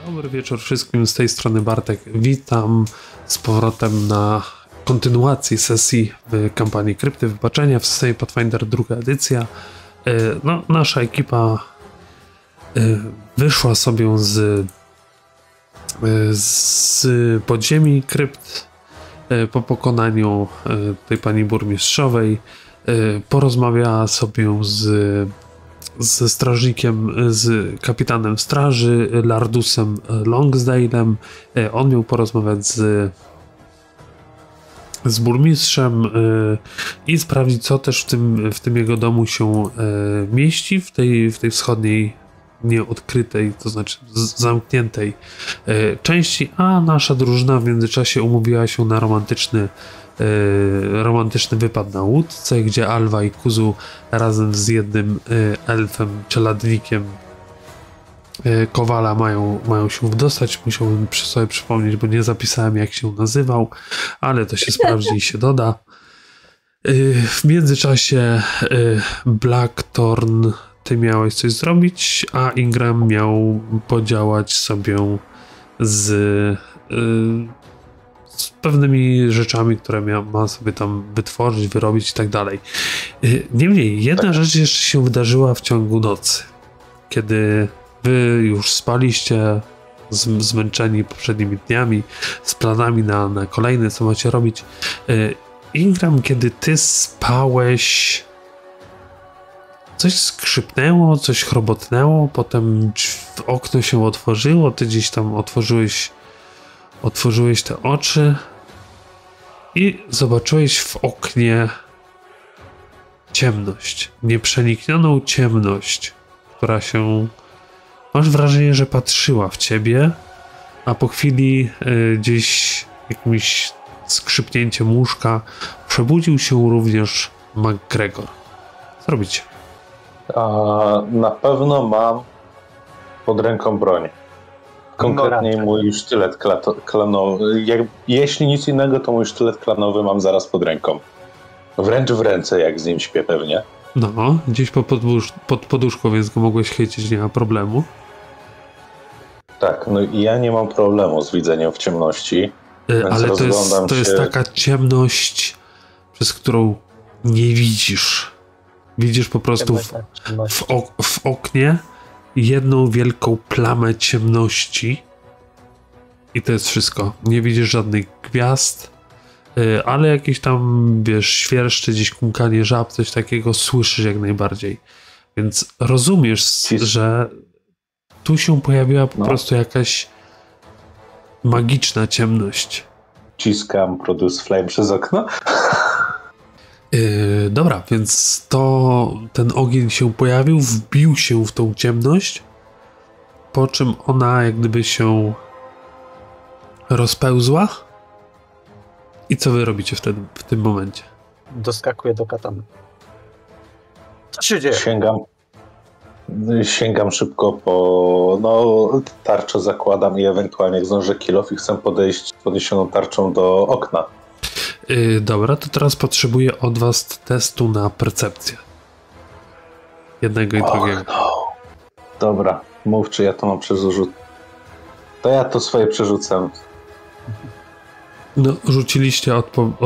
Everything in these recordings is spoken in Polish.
Dobry wieczór wszystkim, z tej strony Bartek. Witam z powrotem na kontynuacji sesji w kampanii Krypty Wybaczenia w systemie Pathfinder, druga edycja. Nasza ekipa wyszła sobie z podziemi krypt po pokonaniu tej pani burmistrzowej. Porozmawiała sobie ze strażnikiem, z kapitanem straży, Lardusem Longsdale'em. On miał porozmawiać z burmistrzem i sprawdzić, co też w tym jego domu się mieści, w tej wschodniej, nieodkrytej, to znaczy zamkniętej części, a nasza drużyna w międzyczasie umówiła się na romantyczny wypad na łódce, gdzie Alwa i Kuzu razem z jednym elfem, czeladnikiem Kowala mają się wdostać. Musiałbym sobie przypomnieć, bo nie zapisałem, jak się nazywał, ale to się sprawdzi i się doda. W międzyczasie Blackthorn, ty miałeś coś zrobić, a Ingram miał podziałać sobie z pewnymi rzeczami, które ma sobie tam wytworzyć, wyrobić i tak dalej. Niemniej, jedna rzecz jeszcze się wydarzyła w ciągu nocy, kiedy wy już spaliście, zmęczeni poprzednimi dniami, z planami na kolejne, co macie robić. Ingram, kiedy ty spałeś, coś skrzypnęło, coś chrobotnęło, potem okno się otworzyło, ty gdzieś tam otworzyłeś te oczy i zobaczyłeś w oknie ciemność, nieprzeniknioną ciemność, która się, masz wrażenie, że patrzyła w ciebie, a po chwili gdzieś jakimś skrzypnięciem łóżka przebudził się również MacGregor. Co robicie? Na pewno mam pod ręką broń. Konkretnie mój sztylet klanowy. Jeśli nic innego, to mój sztylet klanowy mam zaraz pod ręką. Wręcz w ręce, jak z nim śpię pewnie. No, gdzieś pod poduszką, więc go mogłeś chycić, nie ma problemu. Tak, no i ja nie mam problemu z widzeniem w ciemności. Ale to jest taka ciemność, przez którą nie widzisz. Widzisz po prostu w oknie jedną wielką plamę ciemności i to jest wszystko. Nie widzisz żadnych gwiazd, ale jakieś tam, wiesz, świerszcze, gdzieś kumkanie żab, coś takiego słyszysz jak najbardziej. Więc rozumiesz, że tu się pojawiła po prostu jakaś magiczna ciemność. Ciskam Produce Flame przez okno. Dobra, więc ten ogień się pojawił, wbił się w tą ciemność, po czym ona jak gdyby się rozpełzła. I co wy robicie w tym momencie? Doskakuję do katany. Co się dzieje? Sięgam szybko po tarczę, zakładam i ewentualnie jak zdążę kill off i chcę podejść z podniesioną tarczą do okna. Dobra, to teraz potrzebuję od was testu na percepcję. Jednego i drugiego. No. Dobra, mów, czy ja to mam przerzucić. To ja to swoje przerzucam. No, rzuciliście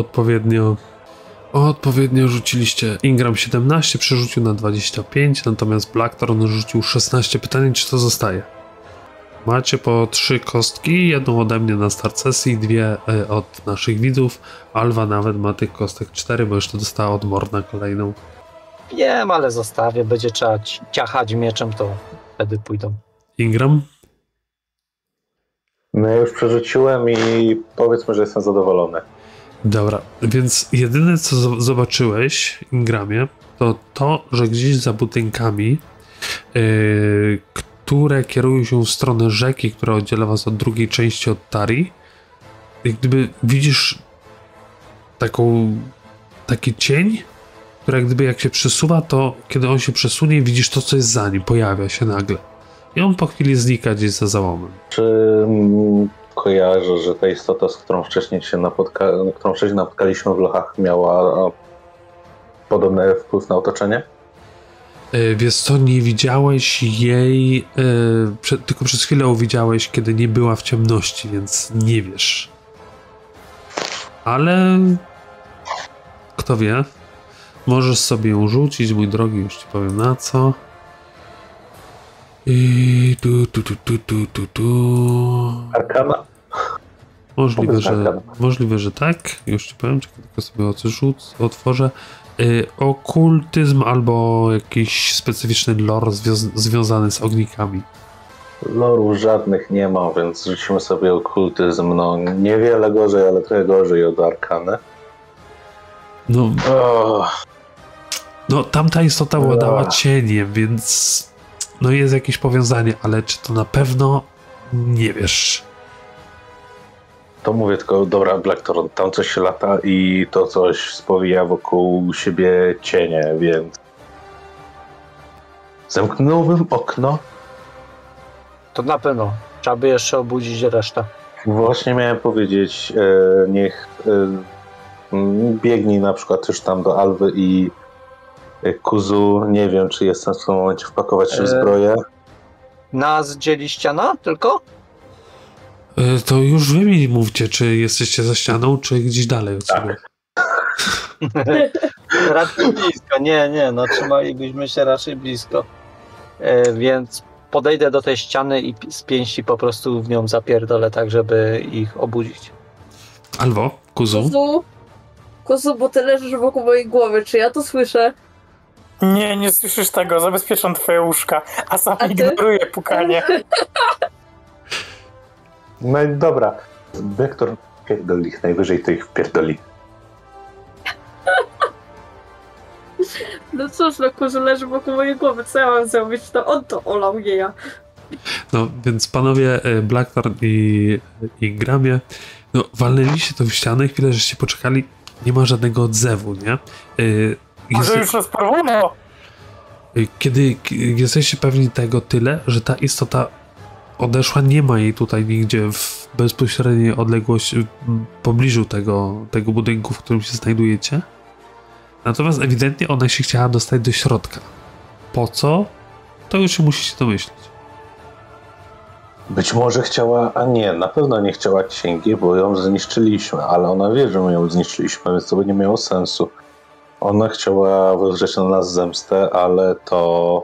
odpowiednio rzuciliście. Ingram 17 przerzucił na 25, natomiast Blackthorn rzucił 16. Pytanie, czy to zostaje? Macie po 3 kostki, jedną ode mnie na start sesji, 2 od naszych widzów. Alwa nawet ma tych kostek 4, bo jeszcze dostała od Morna kolejną. Wiem, ale zostawię. Będzie trzeba ciachać mieczem, to wtedy pójdą. Ingram? No ja już przerzuciłem i powiedzmy, że jestem zadowolony. Dobra, więc jedyne co zobaczyłeś, Ingramie, to, że gdzieś za budynkami, które kierują się w stronę rzeki, która oddziela was od drugiej części od Tari, jak gdyby widzisz taki cień, który jak gdyby jak się przesuwa, to kiedy on się przesunie, widzisz to, co jest za nim, pojawia się nagle. I on po chwili znika gdzieś za załomem. Czy kojarzę, że ta istota, z którą wcześniej napotkaliśmy w lochach, miała podobny wpływ na otoczenie? Wiesz co, nie widziałeś jej, tylko przez chwilę ją widziałeś, kiedy nie była w ciemności, więc nie wiesz. Ale kto wie, możesz sobie ją rzucić, mój drogi, już ci powiem na co. I Arkana? Możliwe, że tak. Już ci powiem, czekaj, tylko sobie otworzę. Okultyzm albo jakiś specyficzny lore związany z ognikami. Loru żadnych nie ma, więc rzucimy sobie okultyzm. No, niewiele gorzej, ale trochę gorzej od Arkany. No, tamta istota władała cieniem, więc no jest jakieś powiązanie, ale czy to na pewno nie wiesz. To mówię tylko, dobra, Blackthorn, tam coś się lata i to coś spowija wokół siebie cienie, więc zamknąłbym okno. To na pewno. Trzeba by jeszcze obudzić resztę. Właśnie miałem powiedzieć, niech biegnij na przykład już tam do Alwy i Kuzu. Nie wiem, czy jest sens w tym momencie wpakować się w zbroję. Nas dzieli ściana tylko? To już wy mi mówcie, czy jesteście za ścianą, czy gdzieś dalej od siebie. Raczej blisko. Nie, no trzymalibyśmy się raczej blisko. Więc podejdę do tej ściany i z pięści po prostu w nią zapierdolę tak, żeby ich obudzić. Albo, Kuzu? Kuzu, bo ty leżysz wokół mojej głowy. Czy ja to słyszę? Nie słyszysz tego. Zabezpieczam twoje łóżka, a sam ignoruję pukanie. No i dobra. Wektor pierdoli ich, najwyżej to ich wpierdoli. No cóż, no Kuzu leży wokół mojej głowy. Co ja mam zrobić? To on to olał, nie ja. No, więc panowie Blackthorn i Gramie, no walnęliście to w ścianę, chwilę żeście poczekali, nie ma żadnego odzewu, nie? Może już rozporwono? Kiedy jesteście pewni tego tyle, że ta istota odeszła, nie ma jej tutaj nigdzie w bezpośredniej odległości, w pobliżu tego budynku, w którym się znajdujecie. Natomiast ewidentnie ona się chciała dostać do środka. Po co? To już się musicie domyślić. Być może chciała, a nie, na pewno nie chciała księgi, bo ją zniszczyliśmy, ale ona wie, że my ją zniszczyliśmy, więc to by nie miało sensu. Ona chciała wywrzeć na nas zemstę, ale to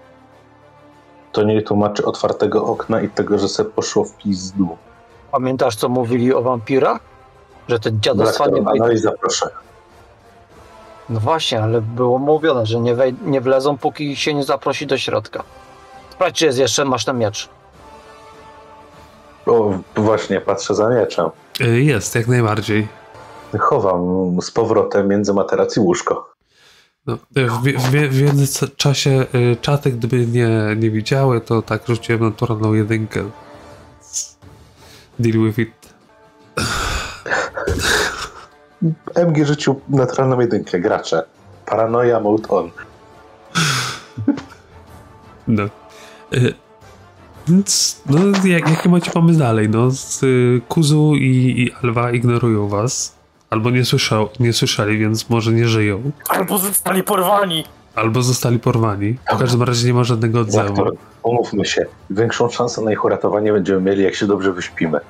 nie tłumaczy otwartego okna i tego, że se poszło w pizdu. Pamiętasz, co mówili o wampirach? Że te dziadostwa nie wejdą. Analiza, proszę. No właśnie, ale było mówione, że nie wlezą, póki się nie zaprosi do środka. Sprawdź, czy jest jeszcze, masz ten miecz. O, właśnie, patrzę za mieczem. Jest, jak najbardziej. Chowam z powrotem między materac i łóżko. No, w międzyczasie czaty, gdyby nie widziały, to tak rzuciłem naturalną jedynkę. Deal with it. MG rzucił naturalną jedynkę, gracze. Paranoia mode on. No. Więc, no, jaki macie pomysł dalej? No, Kuzu i Alwa ignorują was. Albo nie słyszeli, więc może nie żyją. Albo zostali porwani. W każdym razie nie ma żadnego odzewu. Umówmy się. Większą szansę na ich uratowanie będziemy mieli, jak się dobrze wyśpimy.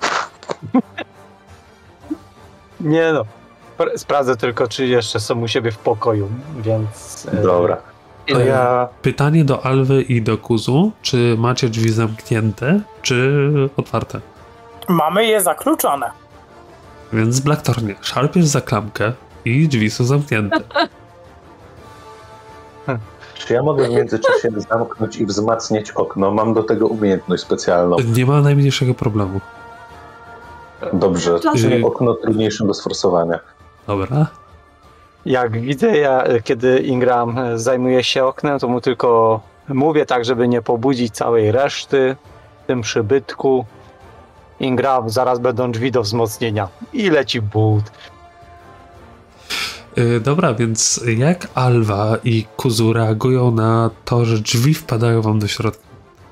Nie no. Sprawdzę tylko, czy jeszcze są u siebie w pokoju, więc... Dobra. Pytanie do Alwy i do Kuzu. Czy macie drzwi zamknięte, czy otwarte? Mamy je zakluczone. Więc Blackthornie, szarpiesz za klamkę i drzwi są zamknięte. Czy ja mogę w międzyczasie zamknąć i wzmacniać okno? Mam do tego umiejętność specjalną. Nie ma najmniejszego problemu. Dobrze, okno trudniejsze do sforsowania. Dobra. Jak widzę, kiedy Ingram zajmuje się oknem, to mu tylko mówię tak, żeby nie pobudzić całej reszty w tym przybytku. Ingram, zaraz będą drzwi do wzmocnienia. I leci but. Dobra, więc jak Alwa i Kuzu reagują na to, że drzwi wpadają wam do środka?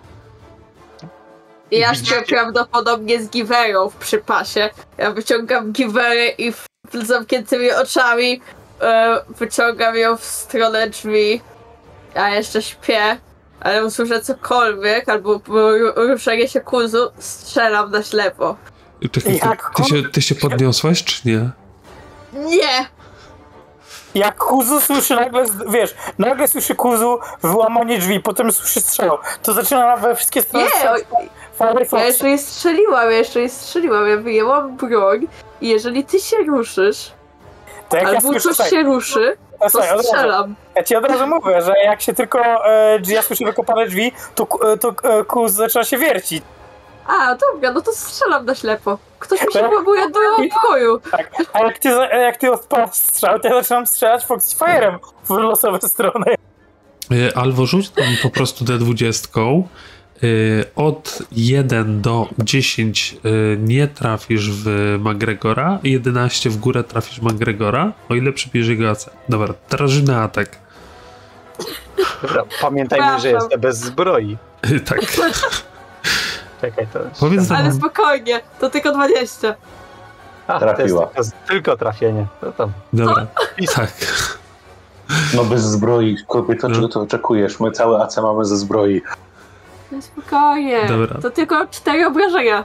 Ja się prawdopodobnie z giwerą w przypasie. Ja wyciągam giwerę i z zamkniętymi oczami wyciągam ją w stronę drzwi. ja jeszcze śpię, ale usłyszę cokolwiek, albo ruszenie się kuzu, strzelam na ślepo. Czekaj, ty się podniosłaś, czy nie? Nie! Jak Kuzu słyszy nagle słyszy Kuzu wyłamanie drzwi, potem słyszy strzał, to zaczyna we wszystkie strony. Ja jeszcze nie strzeliłam, ja wyjęłam broń i jeżeli ty się ruszysz, albo coś się ruszy, to strzelam. Ja ci od razu mówię, że jak się tylko ja słyszę wykopane drzwi, to Kuzu zaczyna się wiercić. A, dobra, no to strzelam na ślepo. Ktoś mi się włamuje do pokoju. Tak, a jak ty odpalasz strzał, to ja zaczynam strzelać Foxfire'em w losowe strony. Albo rzuć tam po prostu D20. Od 1 do 10 nie trafisz w McGregora, 11 w górę trafisz McGregora, o ile przybliży jego AC. Dobra, teraz rzuć na atak. Dobra, pamiętajmy, że jestem bez zbroi. Tak. Czekaj, to jest... Powiedz Ale spokojnie, to tylko 20. Trafiła. To jest tylko trafienie. To tam. Dobra, tak. No bez zbroi, kobieto, czego to oczekujesz? My całe AC mamy ze zbroi. Spokojnie, Dobra. to tylko 4 obrażenia.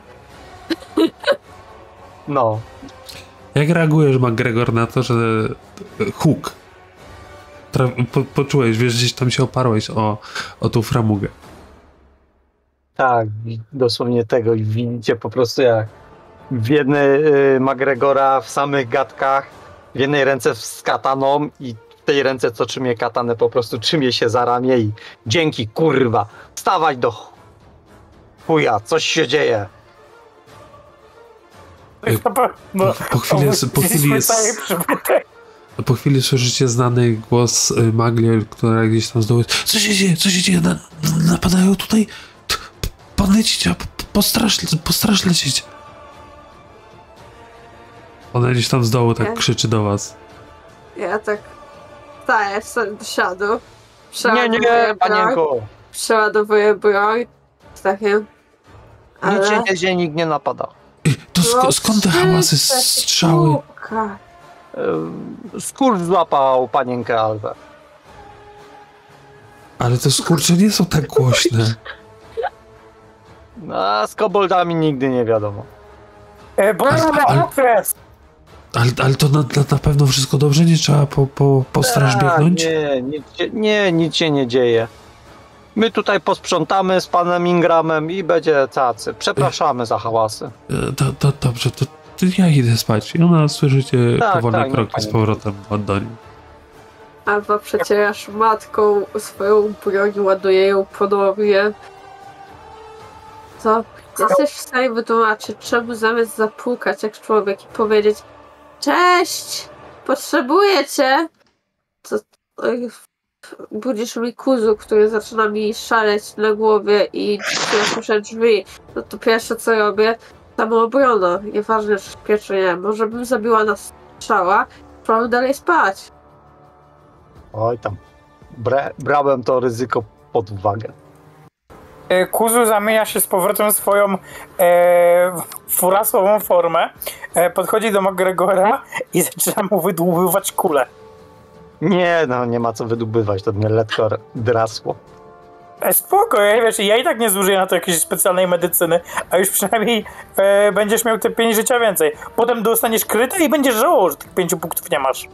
No. Jak reagujesz, McGregor, na to, że huk poczułeś, wiesz, gdzieś tam się oparłeś o tą framugę? Tak, dosłownie tego i widzicie po prostu jak w jednej McGregora w samych gadkach, w jednej ręce z kataną i w tej ręce, co trzymie katanę, po prostu trzymie się za ramię i dzięki, kurwa, wstawać do chuja, coś się dzieje. Po chwili słyszycie znany głos Magli, która gdzieś tam z dołu. Co się dzieje? Co się dzieje? Napadają tutaj? Pan lecić, postrasz lecieć. Ona gdzieś tam z dołu tak krzyczy do was. Ja tak staję do siadu. Nie, panienko. Przeładowuję broń. Takie. Nic się nie dzieje, nikt nie napada. To skąd te hałasy, strzały? Skurcz złapał panienkę Alwę. Ale te skurcze nie są tak głośne. A z koboldami nigdy nie wiadomo. Ale to na pewno wszystko dobrze? Nie trzeba po straż biegnąć? Nic się nie dzieje. My tutaj posprzątamy z panem Ingramem i będzie cacy. Przepraszamy za hałasy. Dobrze, to ja idę spać. I ona słyszycie powolne kroki z powrotem do niej. Albo przecierasz matką swoją broń, ładuje ją ponownie. Co? Jesteś w stanie wytłumaczyć, czemu zamiast zapukać jak człowiek i powiedzieć: cześć! Potrzebuję cię! To budzisz mi kuzu, który zaczyna mi szaleć na głowie i ja słyszę drzwi. No to pierwsze co robię, samoobrona. Nieważne czy śpię czy nie. Może bym zabiła na strzała, próbuję dalej spać. Oj tam. Brałem to ryzyko pod uwagę. Kuzu zamienia się z powrotem w swoją furasową formę, podchodzi do McGregora i zaczyna mu wydłubywać kulę. Nie ma co wydobywać, to mnie lekko drasło. Spoko, ja i tak nie zużyję na to jakiejś specjalnej medycyny, a już przynajmniej będziesz miał te 5 życia więcej. Potem dostaniesz krytę i będziesz żałował, że tych 5 punktów nie masz.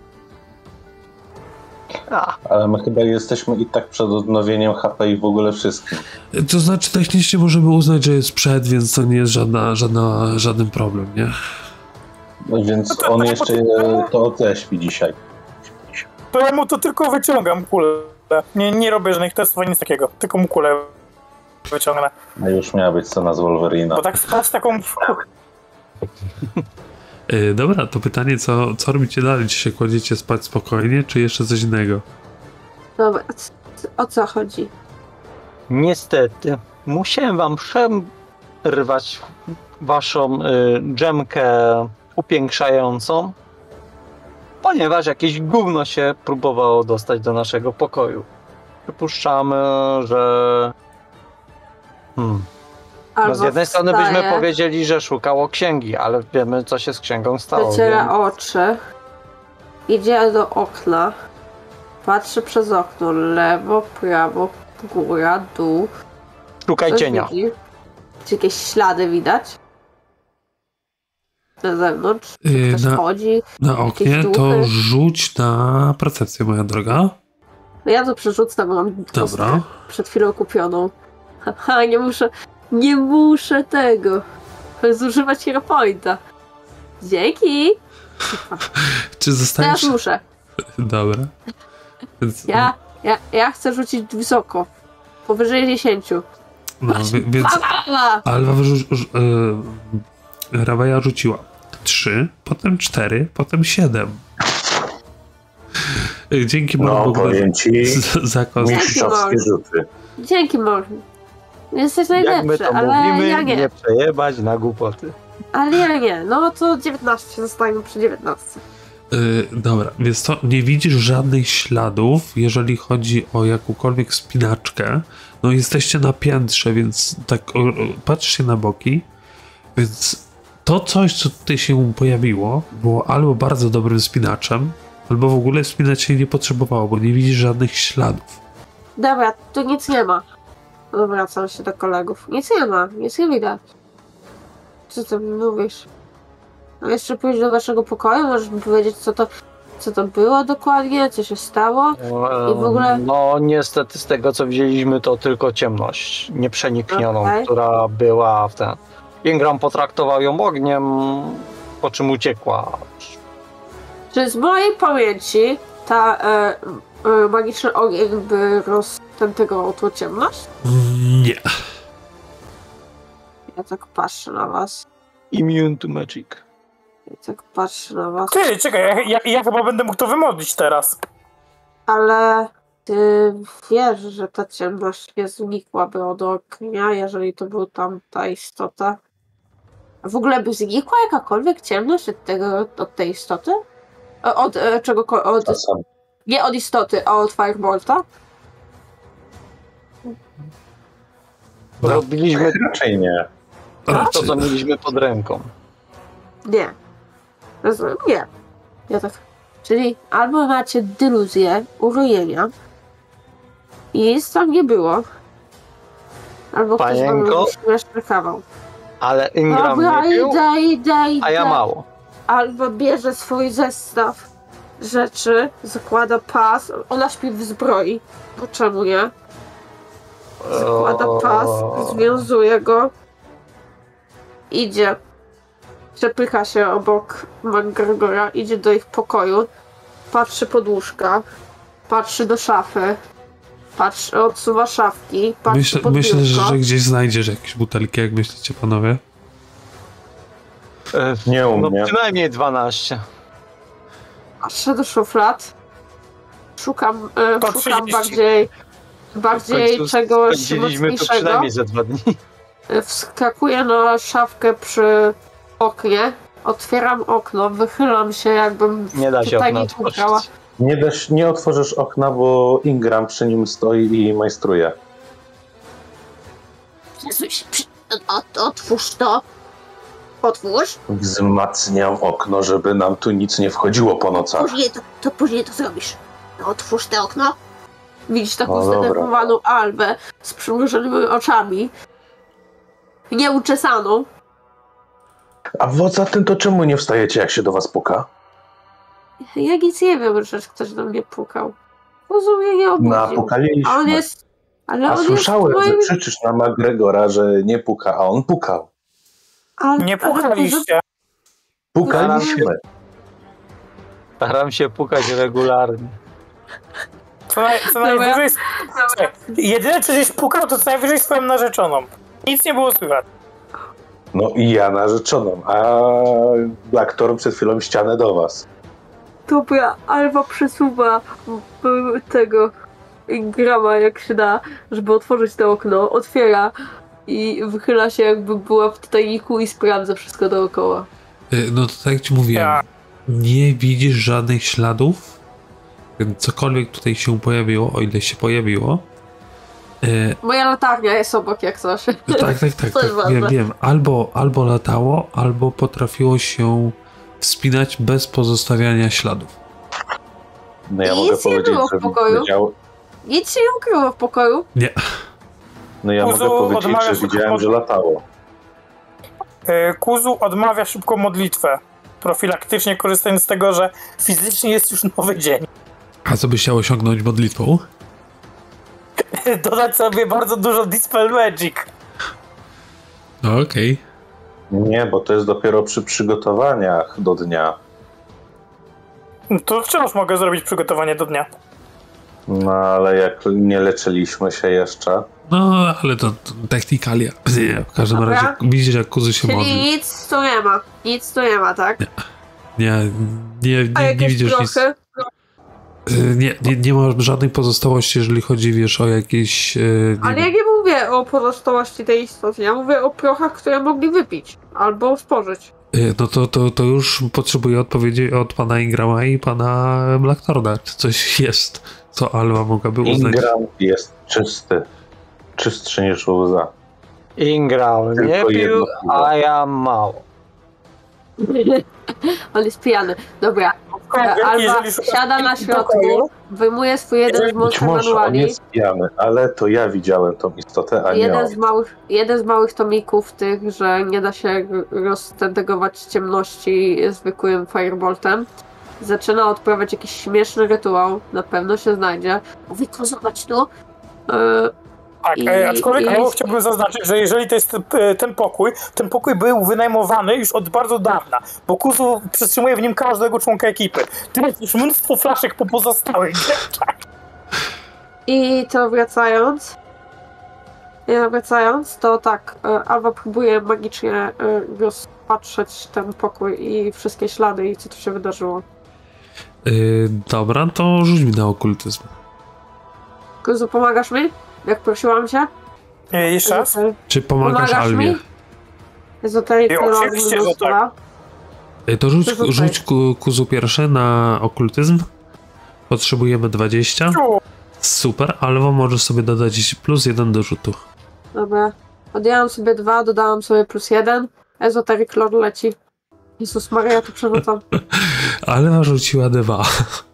Ale my chyba jesteśmy i tak przed odnowieniem HP i w ogóle wszystkim. To znaczy technicznie możemy uznać, że jest przed, więc to nie jest żaden problem, nie? No więc no on jeszcze to odeśpi dzisiaj. To ja mu to tylko wyciągam kulę. Nie robię żadnych testów ani nic takiego, tylko mu kulę wyciągnę. No już miała być scena z Wolverina. Bo tak spać taką... Dobra, to pytanie, co robicie dalej? Czy się kładziecie spać spokojnie, czy jeszcze coś innego? Dobra, o co chodzi? Niestety, musiałem wam przerwać waszą dżemkę upiększającą, ponieważ jakieś gówno się próbowało dostać do naszego pokoju. Przypuszczamy, że... No z jednej strony byśmy powiedzieli, że szukało księgi, ale wiemy, co się z księgą stało. Wyciera oczy, idzie do okna Patrzę przez okno, lewo, prawo, góra, dół. Szukaj cienia. Czy jakieś ślady widać? Na zewnątrz? Ktoś chodzi? Na oknie to rzuć na percepcję, moja droga. No ja to przerzucę, bo mam Dobra. Przed chwilą kupioną. Haha, nie muszę tego. Zużywać hero pointa. Dzięki! Czy zostaniesz... Teraz muszę. Dobra. Więc... Ja chcę rzucić wysoko. Powyżej 10. No, więc... Alwa Raweja rzuciła 3, potem 4, potem 7. Dzięki Morgan. No, powiem ci, za kostkę. Mistrzowskie rzuty. Dzięki Morgan. Jesteś najlepszy, jak my to ale mówimy, ja nie. Nie przejebać na głupoty. Ale ja nie. No to 19, zostańmy przy 19. Dobra, więc to nie widzisz żadnych śladów, jeżeli chodzi o jakąkolwiek spinaczkę. No jesteście na piętrze, więc tak patrzysz się na boki, więc to coś, co tutaj się pojawiło, było albo bardzo dobrym spinaczem, albo w ogóle spinać się nie potrzebowało, bo nie widzisz żadnych śladów. Dobra, tu nic nie ma. Wracam się do kolegów. Nic nie widać. Co ty mówisz? A jeszcze pójść do waszego pokoju? Możesz mi powiedzieć, co to było dokładnie? Co się stało? I w ogóle... No niestety z tego, co widzieliśmy, to tylko ciemność nieprzeniknioną, która była w ten... Ingram potraktował ją ogniem, po czym uciekła. Czy z mojej pamięci ta magiczny ogień by roztętego ciemność? Nie. Ja tak patrzę na was. Immune to magic. Ja tak patrzę na was. Ty, czekaj, ja chyba będę mógł to wymodlić teraz. Ale ty wiesz, że ta ciemność nie znikłaby od ognia, jeżeli to był tam ta istota. W ogóle by znikła jakakolwiek ciemność od tej istoty? Od czegokolwiek? Nie od istoty, a od Firebolta? Robiliśmy raczej nie. To, co mieliśmy pod ręką. Nie. Rozumiem, nie. Ja tak. Czyli albo macie dyluzję urojenia i nic tam nie było, albo Panienko, ktoś wam kawał. ale Ingram nie pił, a ja mało. Albo bierze swój zestaw rzeczy, zakłada pas, ona śpi w zbroi, bo czemu nie? Zakłada pas, związuje go, idzie, przepycha się obok McGregora, idzie do ich pokoju, patrzy pod łóżka, patrzy do szafy, odsuwa szafki, patrzy pod Myślę, biurko. że gdzieś znajdziesz jakieś butelki, jak myślicie, panowie? Nie u mnie. No przynajmniej 12. Patrzę do szuflad, szukam bardziej czegoś Spędziliśmy tu mocniejszego. przynajmniej za 2 dni. Wskakuję na szafkę przy oknie, otwieram okno, wychylam się, jakbym Nie da się okna pukała. Nie otworzysz okna, bo Ingram przy nim stoi i majstruje. Otwórz to. Otwórz. Wzmacniam okno, żeby nam tu nic nie wchodziło po nocach. Później to zrobisz. Otwórz te okno. Widzisz taką zdenerwowaną Albę z przymrużonymi oczami. Nieuczesaną. A poza tym to czemu nie wstajecie, jak się do was puka? Ja nic nie wiem, że ktoś do mnie pukał. Rozumiem, nie obudził. Napukaliśmy. A on jest... A słyszałem, że krzyczysz na McGregora, że nie puka, a on pukał. Nie pukaliście. Pukaliśmy. Staram się pukać regularnie. Co najwyżej... Jedyne, co żeś pukał, to co najwyżej swoją narzeczoną. Nic nie było słychać. No i ja narzeczoną, a Blackthorn przed chwilą ścianę do was. Dobra, Alba przesuwa tego Ingrama jak się da, żeby otworzyć to okno, otwiera i wychyla się, jakby była w tajniku i sprawdza wszystko dookoła. No to tak jak ci mówiłem, nie widzisz żadnych śladów, więc cokolwiek tutaj się pojawiło, o ile się pojawiło. Moja latarnia jest obok jak coś. Tak, wiem. Albo latało, albo potrafiło się wspinać bez pozostawiania śladów. No ja mogę powiedzieć, że widział... Nic się nie ukryło w pokoju. Nie. No ja mogę powiedzieć, że widziałem, że latało. Kuzu odmawia szybko modlitwę. Profilaktycznie korzystając z tego, że fizycznie jest już nowy dzień. A co byś chciał osiągnąć modlitwą? Dodać sobie bardzo dużo Dispel Magic. Okej. Nie, bo to jest dopiero przy przygotowaniach do dnia. To wciąż mogę zrobić przygotowanie do dnia. No ale jak nie leczyliśmy się jeszcze... No, ale to technikalia. Nie, w każdym razie widzisz, jak Kuzu się modli. Czyli nic tu nie ma. Nic tu nie ma, tak? Nie widzisz nic. Nie ma żadnej pozostałości, jeżeli chodzi, wiesz, o jakieś... Ale ja nie mówię o pozostałości tej istoty. Ja mówię o prochach, które mogli wypić. Albo spożyć. No to już potrzebuję odpowiedzi od pana Ingrama i pana Blackthorna. Czy coś jest, co Alwa mogłaby uznać? Ingram jest czysty. Czystszy niż łza. Ingram nie pił, a ja mało. On jest pijany. Dobra. Alwa siada na środku, wyjmuje swój jeden z mocnych manuali. On jest pijany, ale to ja widziałem tą istotę, a nie on. Jeden z małych tomików tych, że nie da się roztentegować ciemności zwykłym fireboltem. Zaczyna odprawiać jakiś śmieszny rytuał. Na pewno się znajdzie. Mówi, to zobacz tu. Tak, aczkolwiek chciałbym zaznaczyć, że jeżeli to jest ten pokój był wynajmowany już od bardzo dawna, bo Kuzu przetrzymuje w nim każdego członka ekipy. Tu jest już mnóstwo flaszek po pozostałych rzeczach. I to wracając, to tak, Alwa próbuje magicznie rozpatrzeć ten pokój i wszystkie ślady i co tu się wydarzyło. Dobra, to rzuć mi na okultyzm. Kuzu, pomagasz mi? Jak prosiłam cię? Jeszcze raz? Czy pomagasz Alwie? Oczywiście, że tak. To rzuć Kuzu pierwsze na okultyzm. Potrzebujemy 20. Super, Alwa możesz sobie dodać +1 do rzutu. Dobra. Odjęłam sobie 2, dodałam sobie +1. Esoteric Lord leci. Jezus Maria, to przerzucam. Alwa rzuciła 2.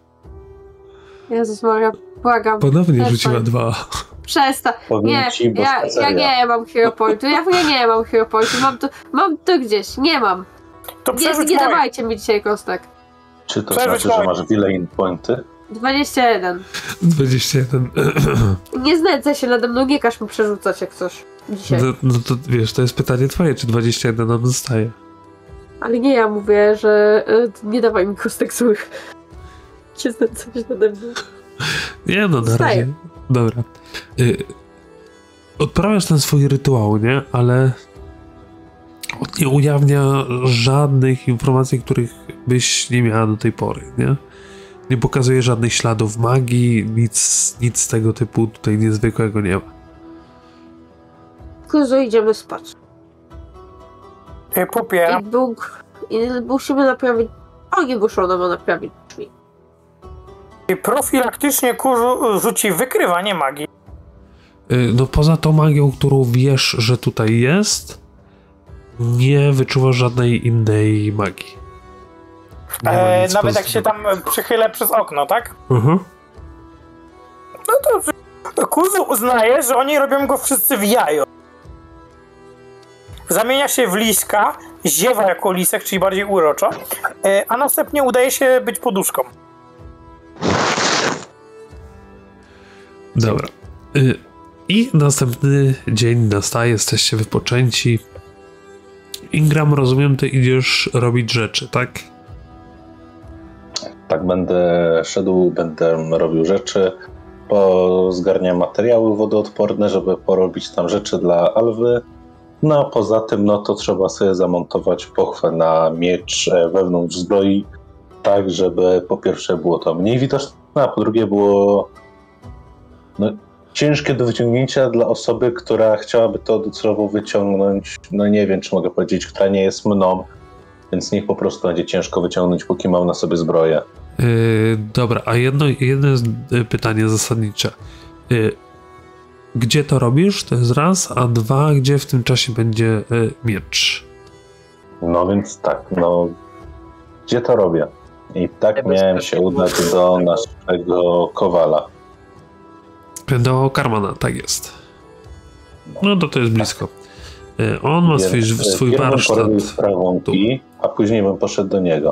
Jezus Maria, błagam. Ponownie rzuciła 2. Przestań. Nie, ja nie mam hero pointu. Ja nie mam hero pointu. Mam to gdzieś. Nie mam. To nie dawajcie mi dzisiaj kostek. Czy to znaczy, że masz villain pointy? 21. 21. Nie znęcaj się nade mną, nie każ mi przerzucać jak coś dzisiaj. No to wiesz, to jest pytanie twoje, czy 21 nam zostaje. Ale nie, ja mówię, że nie dawaj mi kostek złych. Nie znęcaj się nade mną. Nie no, na razie. Dobra. Odprawiasz ten swój rytuał, nie? Ale on nie ujawnia żadnych informacji, których byś nie miała do tej pory, nie? Nie pokazuje żadnych śladów magii, nic tego typu tutaj niezwykłego nie ma. Kuzu, idziemy spać. Popieram. I musimy naprawić... Oni muszą nam naprawić drzwi. Profilaktycznie Kuzu rzuci wykrywanie magii. No poza tą magią, którą wiesz, że tutaj jest, nie wyczuwasz żadnej innej magii. Nawet jak się tam przychylę przez okno, tak? No to Kuzu uznaje, że oni robią go wszyscy w jajo. Zamienia się w liska, ziewa jako lisek, czyli bardziej uroczo, a następnie udaje się być poduszką. Dobra. I następny dzień nastaje, jesteście wypoczęci. Ingram, rozumiem, ty idziesz robić rzeczy, tak? Tak, będę szedł, będę robił rzeczy, zgarniam materiały wodoodporne, żeby porobić tam rzeczy dla Alwy. No a poza tym, no to trzeba sobie zamontować pochwę na miecz wewnątrz zbroi, tak żeby po pierwsze było to mniej widoczne, a po drugie było ciężkie do wyciągnięcia dla osoby, która chciałaby to docelowo wyciągnąć, no nie wiem, czy mogę powiedzieć, która nie jest mną, więc niech po prostu będzie ciężko wyciągnąć, póki mam na sobie zbroję. Dobra, a jedno jest pytanie zasadnicze. Gdzie to robisz? To jest raz, a dwa, gdzie w tym czasie będzie miecz? No więc tak, gdzie to robię? I tak miałem się udać do naszego Kowala. Do Karmana, tak jest. No to jest blisko. On ma swój warsztat. Sprawą a później bym poszedł do niego.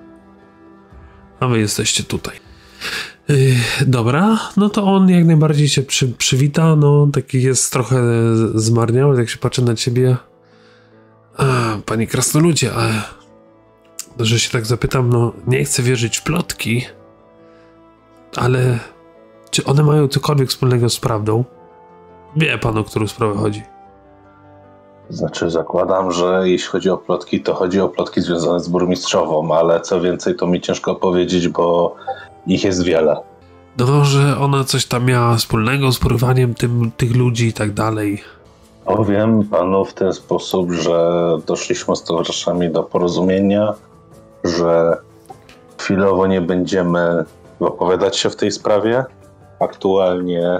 A wy jesteście tutaj. Dobra, no to on jak najbardziej się przywita, no taki jest trochę zmarniały, jak się patrzy na ciebie. Panie krasnoludzie, że się tak zapytam, no nie chcę wierzyć w plotki, ale czy one mają cokolwiek wspólnego z prawdą? Wie pan, o którą sprawę chodzi. Znaczy zakładam, że jeśli chodzi o plotki, to chodzi o plotki związane z burmistrzową, ale co więcej to mi ciężko powiedzieć, bo ich jest wiele. No, że ona coś tam miała wspólnego z porywaniem tych ludzi i tak dalej. Powiem panu w ten sposób, że doszliśmy z towarzyszami do porozumienia, że chwilowo nie będziemy wypowiadać się w tej sprawie. Aktualnie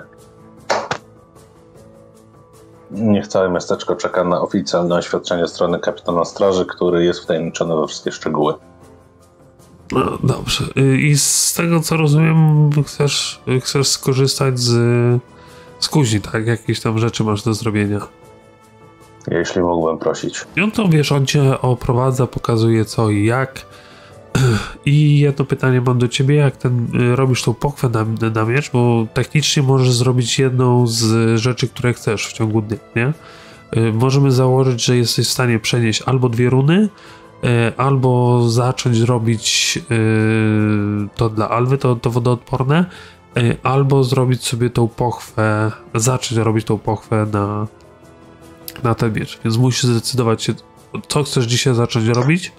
niech całe miasteczko czeka na oficjalne oświadczenie strony kapitana straży, który jest wtajemniczony we wszystkie szczegóły. No dobrze. I z tego co rozumiem, chcesz skorzystać z kuźni, tak? Jakieś tam rzeczy masz do zrobienia. Jeśli mógłbym prosić. No to wiesz, on cię oprowadza, pokazuje co i jak. I jedno pytanie mam do ciebie, jak robisz tą pochwę na miecz, bo technicznie możesz zrobić jedną z rzeczy, które chcesz w ciągu dnia, nie? Możemy założyć, że jesteś w stanie przenieść albo 2 runy, albo zacząć robić to dla Alwy, to wodoodporne, albo zrobić sobie tą pochwę, zacząć robić tą pochwę na ten miecz. Więc musisz zdecydować się, co chcesz dzisiaj zacząć robić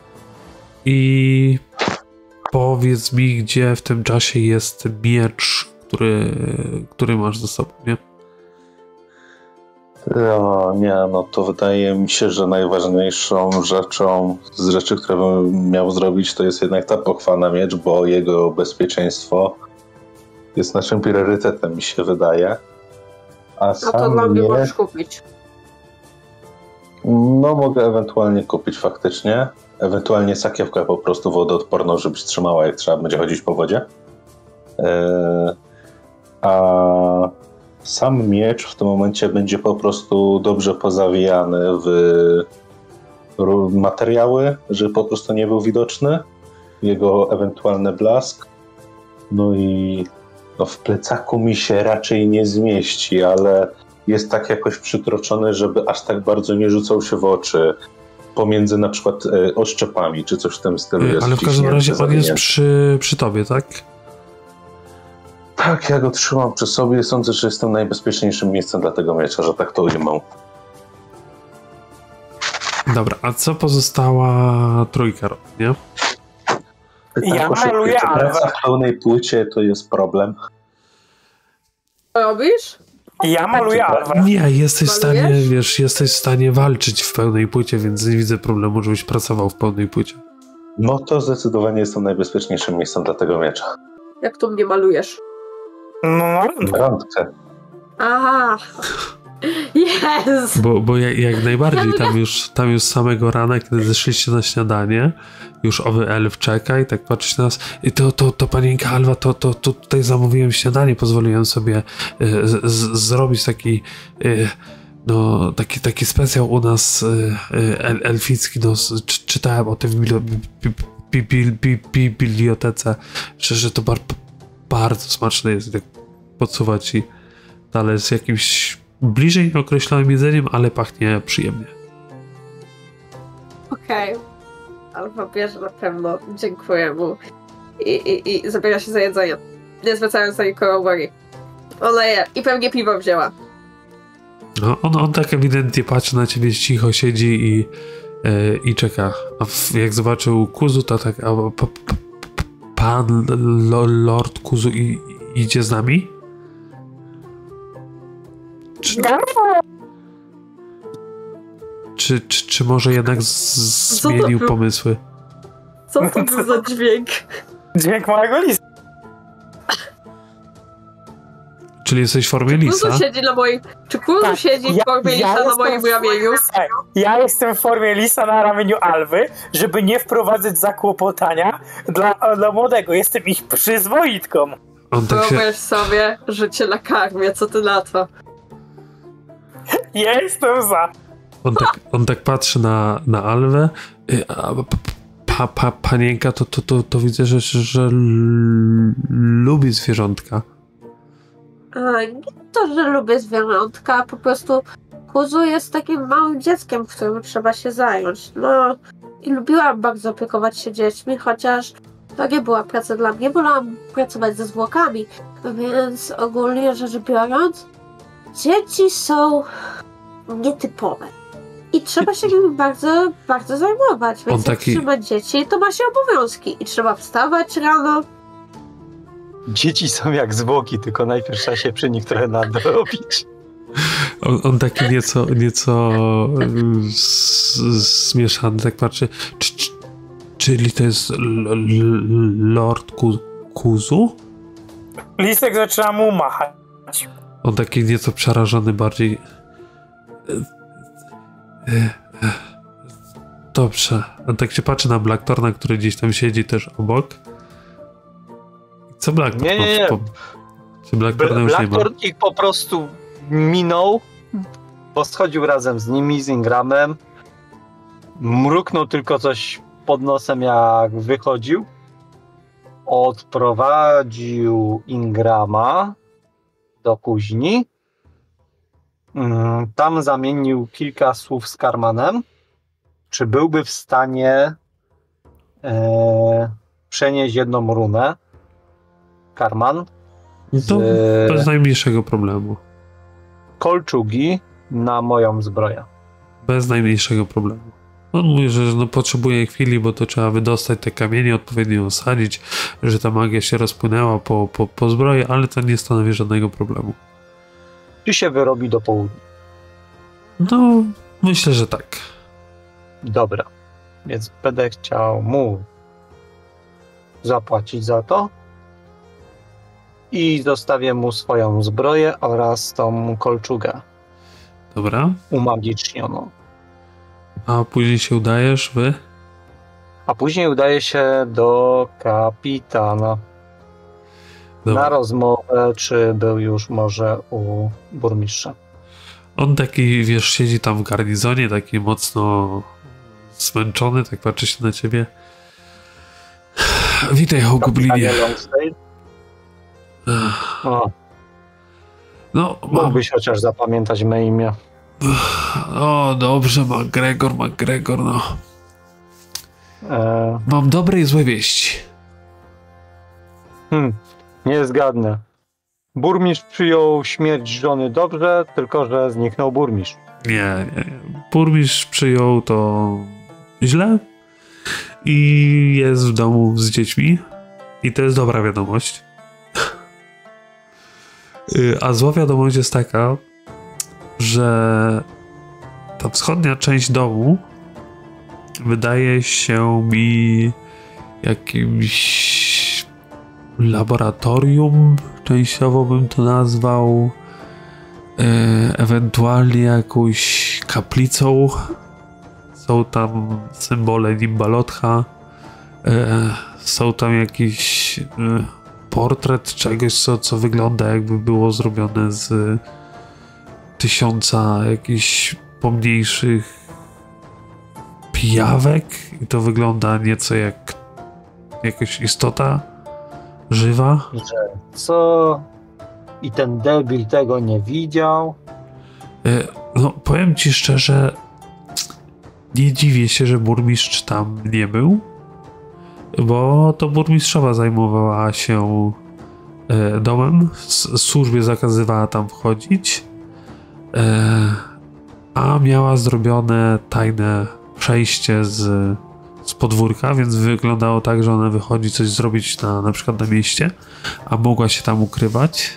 i powiedz mi, gdzie w tym czasie jest miecz, który masz ze sobą, nie? No to wydaje mi się, że najważniejszą rzeczą z rzeczy, które bym miał zrobić, to jest jednak ta pochwa na miecz, bo jego bezpieczeństwo jest naszym priorytetem, mi się wydaje. A to dla mnie możesz kupić. No mogę ewentualnie kupić faktycznie. Ewentualnie sakiewkę po prostu wodoodporną, żebyś trzymała, jak trzeba będzie chodzić po wodzie. A sam miecz w tym momencie będzie po prostu dobrze pozawijany w materiały, żeby po prostu nie był widoczny. Jego ewentualny blask. No i w plecaku mi się raczej nie zmieści, ale jest tak jakoś przytroczony, żeby aż tak bardzo nie rzucał się w oczy pomiędzy na przykład oszczepami, czy coś w tym stylu jest. Ale w każdym razie on jest przy tobie, tak? Tak, ja go trzymam przy sobie. Sądzę, że jestem najbezpieczniejszym miejscem dla tego miecza, że tak to ujmę. Dobra, a co pozostała trójka robi, nie? Ja maluję praca w pełnej płycie to jest problem. Co robisz? Ja maluję Alwę. Nie, jesteś w stanie walczyć w pełnej płycie, więc nie widzę problemu, żebyś pracował w pełnej płycie. No to zdecydowanie jestem najbezpieczniejszym miejscem dla tego miecza. Jak to mnie malujesz? No, rączkę. Aha. Yes! Bo jak najbardziej, tam już samego rana, kiedy zeszliście na śniadanie, już owy elf czeka i tak patrzy na nas. I to panienka Alwa, to tutaj zamówiłem śniadanie, pozwoliłem sobie zrobić taki taki specjał u nas elficki. No, czytałem o tym w bibliotece, że to bardzo smaczne jest, tak podsuwać i dalej z jakimś bliżej nieokreślonym jedzeniem, ale pachnie przyjemnie. Okej. Alfa bierze na pewno. Dziękuję mu. I zabiera się za jedzenie. Nie zwracając na nikogo uwagi. Ona je. I pewnie piwo wzięła. No, on tak ewidentnie patrzy na ciebie, cicho siedzi i czeka. A jak zobaczył Kuzu, to tak, pan Lord Kuzu idzie z nami? Czy może jednak zmienił pomysły? Co to był za dźwięk? Dźwięk małego lista. Czyli jesteś w formie lisa? Czy Kuzu siedzi w formie lisa na moim ramieniu? Ja jestem w formie lisa na ramieniu Alwy, żeby nie wprowadzać zakłopotania dla młodego. Jestem ich przyzwoitką. Wyobraź sobie życie na karmie, co ty na to? Jestem za. On tak patrzy na Alwę. Panienka to widzę, że lubi zwierzątka. Nie to, że lubię zwierzątka, po prostu Kuzu jest takim małym dzieckiem, którym trzeba się zająć. No i lubiłam bardzo opiekować się dziećmi, chociaż to nie była praca dla mnie, wolałam pracować ze zwłokami, więc ogólnie rzecz biorąc, dzieci są nietypowe. I trzeba się nimi bardzo, bardzo zajmować, więc jak trzyma dzieci, to ma się obowiązki i trzeba wstawać rano. Dzieci są jak zwłoki, tylko najpierw trzeba się przy nich trochę nadrobić. On taki nieco zmieszany, tak patrzy. Czyli to jest Lord Kuzu? Lisek zaczyna mu machać. On taki nieco przerażony bardziej. Dobrze. On tak się patrzy na Blackthorna, który gdzieś tam siedzi też obok. Co Blackthorn? Nie. Czy Blackthorna już nie ma? Blackthorn ich po prostu minął, bo schodził razem z nimi, z Ingramem. Mruknął tylko coś pod nosem, jak wychodził. Odprowadził Ingrama do kuźni. Tam zamienił kilka słów z Karmanem. Czy byłby w stanie przenieść jedną runę? Karman? To bez najmniejszego problemu. Kolczugi na moją zbroję. Bez najmniejszego problemu. On mówi, że potrzebuje chwili, bo to trzeba wydostać te kamienie, odpowiednio osadzić, że ta magia się rozpłynęła po zbroi, ale to nie stanowi żadnego problemu. Czy się wyrobi do południa? No, myślę, że tak. Dobra. Więc będę chciał mu zapłacić za to i zostawię mu swoją zbroję oraz tą kolczugę. Dobra. Umagicznioną. A później się udajesz A później udaje się do kapitana. Dobra. Na rozmowę, czy był już może u burmistrza. On taki, wiesz, siedzi tam w garnizonie, taki mocno zmęczony, tak patrzy się na ciebie. Witaj, Hogublinie. No, mógłbyś chociaż zapamiętać me imię. O, dobrze, MacGregor, no. Mam dobre i złe wieści. Nie zgadnę. Burmistrz przyjął śmierć żony dobrze, tylko że zniknął burmistrz. Nie. Burmistrz przyjął to źle i jest w domu z dziećmi i to jest dobra wiadomość. A zła wiadomość jest taka, że ta wschodnia część domu wydaje się mi jakimś laboratorium, częściowo bym to nazwał, ewentualnie jakąś kaplicą. Są tam symbole Nimbalotha, są tam jakiś portret czegoś, co wygląda jakby było zrobione z 1000 jakichś pomniejszych pijawek i to wygląda nieco jak jakaś istota żywa. Co? I ten debil tego nie widział? No, powiem ci szczerze, nie dziwię się, że burmistrz tam nie był, bo to burmistrzowa zajmowała się domem, służbie zakazywała tam wchodzić, a miała zrobione tajne przejście z podwórka, więc wyglądało tak, że ona wychodzi coś zrobić na przykład na mieście, a mogła się tam ukrywać.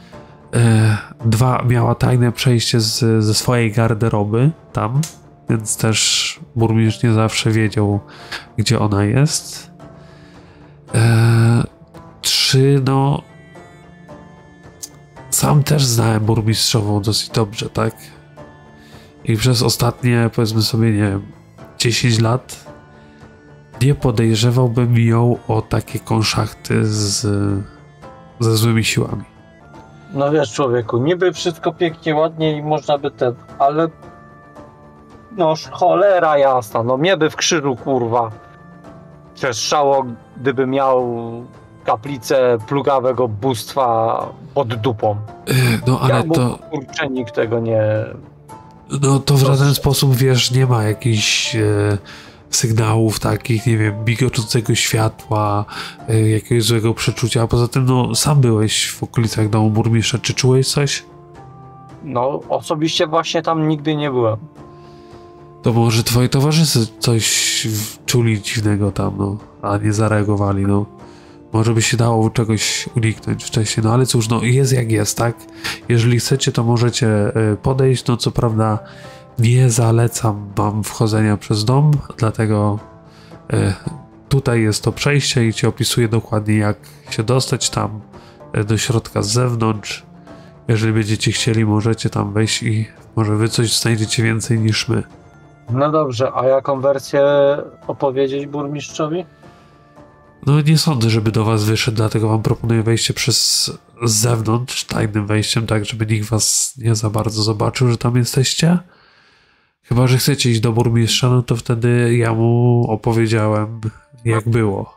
2, miała tajne przejście ze swojej garderoby tam, więc też burmistrz nie zawsze wiedział, gdzie ona jest. 3, no sam też znałem burmistrzową dosyć dobrze, tak? I przez ostatnie, powiedzmy sobie, nie wiem, 10 lat nie podejrzewałbym ją o takie konszachty ze złymi siłami. No wiesz, człowieku, niby wszystko pięknie, ładnie i można by ale no cholera jasna, no mnie by w krzyżu, kurwa, przeszało, gdyby miał kaplicę plugawego bóstwa pod dupą. No ale to... Kurczę, nikt tego nie... No to w żaden sposób, wiesz, nie ma jakichś sygnałów takich, nie wiem, migoczącego światła, jakiegoś złego przeczucia, a poza tym, no sam byłeś w okolicach domu burmistrza, czy czułeś coś? No osobiście właśnie tam nigdy nie byłem. To może twoi towarzysze coś czuli dziwnego tam, no, a nie zareagowali, no. Może by się dało czegoś uniknąć wcześniej, no ale cóż, no jest jak jest, tak? Jeżeli chcecie, to możecie podejść, no co prawda nie zalecam wam wchodzenia przez dom, dlatego tutaj jest to przejście i ci opisuję dokładnie, jak się dostać tam do środka z zewnątrz. Jeżeli będziecie chcieli, możecie tam wejść i może wy coś znajdziecie więcej niż my. No dobrze, a jaką wersję opowiedzieć burmistrzowi? No nie sądzę, żeby do was wyszedł, dlatego wam proponuję wejście z zewnątrz, tajnym wejściem, tak żeby nikt was nie za bardzo zobaczył, że tam jesteście. Chyba że chcecie iść do burmistrza, no to wtedy ja mu opowiedziałem, jak było.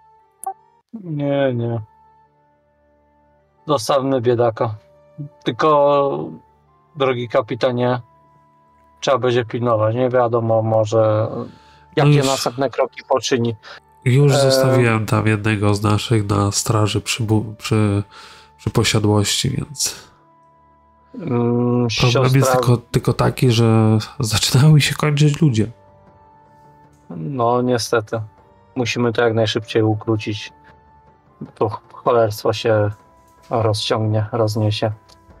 Nie. Zostawmy biedaka. Tylko, drogi kapitanie, trzeba będzie pilnować. Nie wiadomo może, jakie następne kroki poczyni. Już zostawiłem tam jednego z naszych na straży przy posiadłości, więc... Problem jest tylko taki, że zaczynają mi się kończyć ludzie. No niestety. Musimy to jak najszybciej ukrócić. To cholerstwo się rozciągnie, rozniesie.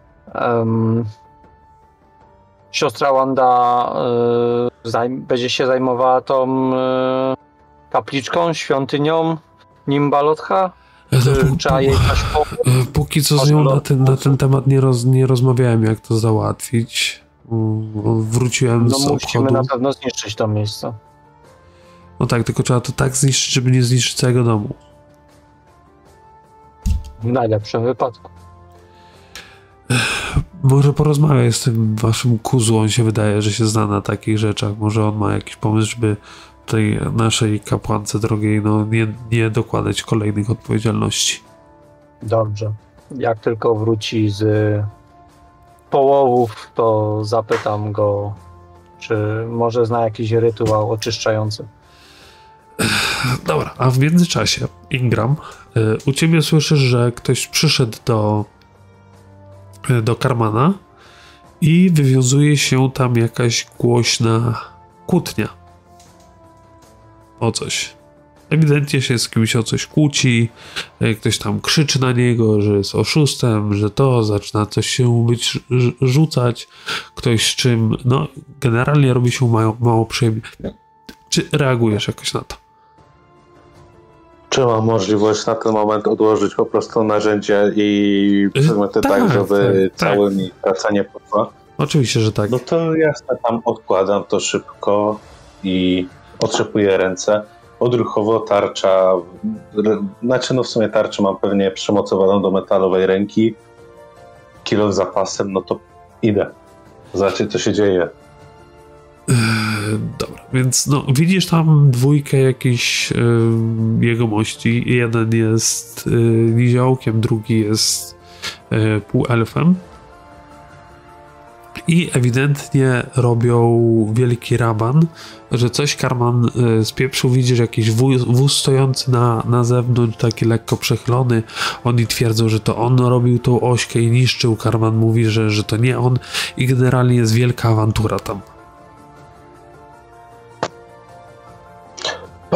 Siostra Wanda będzie się zajmowała tą kapliczką, świątynią Nimbalotha? Trzeba jej coś pomóc? Póki co z nią na ten temat nie rozmawiałem, jak to załatwić. Wróciłem z obchodu. Musimy na pewno zniszczyć to miejsce. No tak, tylko trzeba to tak zniszczyć, żeby nie zniszczyć całego domu. W najlepszym wypadku. Może porozmawiaj z tym waszym kuzu, on się wydaje, że się zna na takich rzeczach. Może on ma jakiś pomysł, żeby tej naszej kapłance drogiej nie dokładać kolejnych odpowiedzialności. Dobrze. Jak tylko wróci z połowów, to zapytam go, czy może zna jakiś rytuał oczyszczający. Dobra, a w międzyczasie, Ingram, u ciebie słyszysz, że ktoś przyszedł do Karmana i wywiązuje się tam jakaś głośna kłótnia. O coś. Ewidentnie się z kimś o coś kłóci, ktoś tam krzyczy na niego, że jest oszustem, że to, zaczyna coś się rzucać, ktoś z czym, no generalnie robi się mało przyjemnie. Czy reagujesz jakoś na to? Czy mam możliwość na ten moment odłożyć po prostu narzędzie i przedmioty tak, żeby całe mi praca nie poszła? Oczywiście, że tak. No to jasne, tam odkładam to szybko i otrzepuję ręce. Odruchowo tarcza, znaczy no w sumie tarczę mam pewnie przymocowaną do metalowej ręki, kilo z zapasem, no to idę. Zobaczcie, co się dzieje. Dobra, więc no widzisz tam dwójkę jakichś jegomości. Jeden jest niziołkiem, drugi jest półelfem. I ewidentnie robią wielki raban, że coś Karman spieprzył. Widzisz jakiś wóz stojący na zewnątrz, taki lekko przechylony. Oni twierdzą, że to on robił tą ośkę i niszczył. Karman mówi, że to nie on i generalnie jest wielka awantura tam.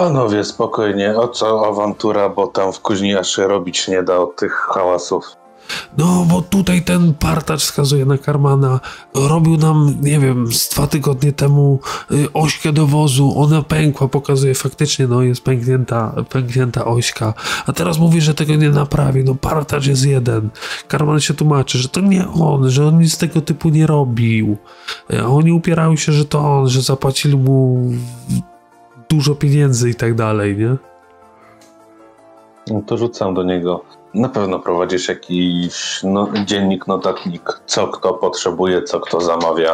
Panowie, spokojnie, o co awantura, bo tam w kuźni aż się robić nie da od tych hałasów. no bo tutaj ten partacz, wskazuje na Karmana, robił nam, nie wiem, z 2 tygodnie temu ośkę do wozu, ona pękła, pokazuje faktycznie, no jest pęknięta ośka, a teraz mówi, że tego nie naprawi, no partacz jest jeden. Karman się tłumaczy, że to nie on, że on nic tego typu nie robił, a oni upierały się, że to on, że zapłacili mu dużo pieniędzy i tak dalej, nie? No to rzucam do niego. Na pewno prowadzisz jakiś dziennik, notatnik, co kto potrzebuje, co kto zamawia.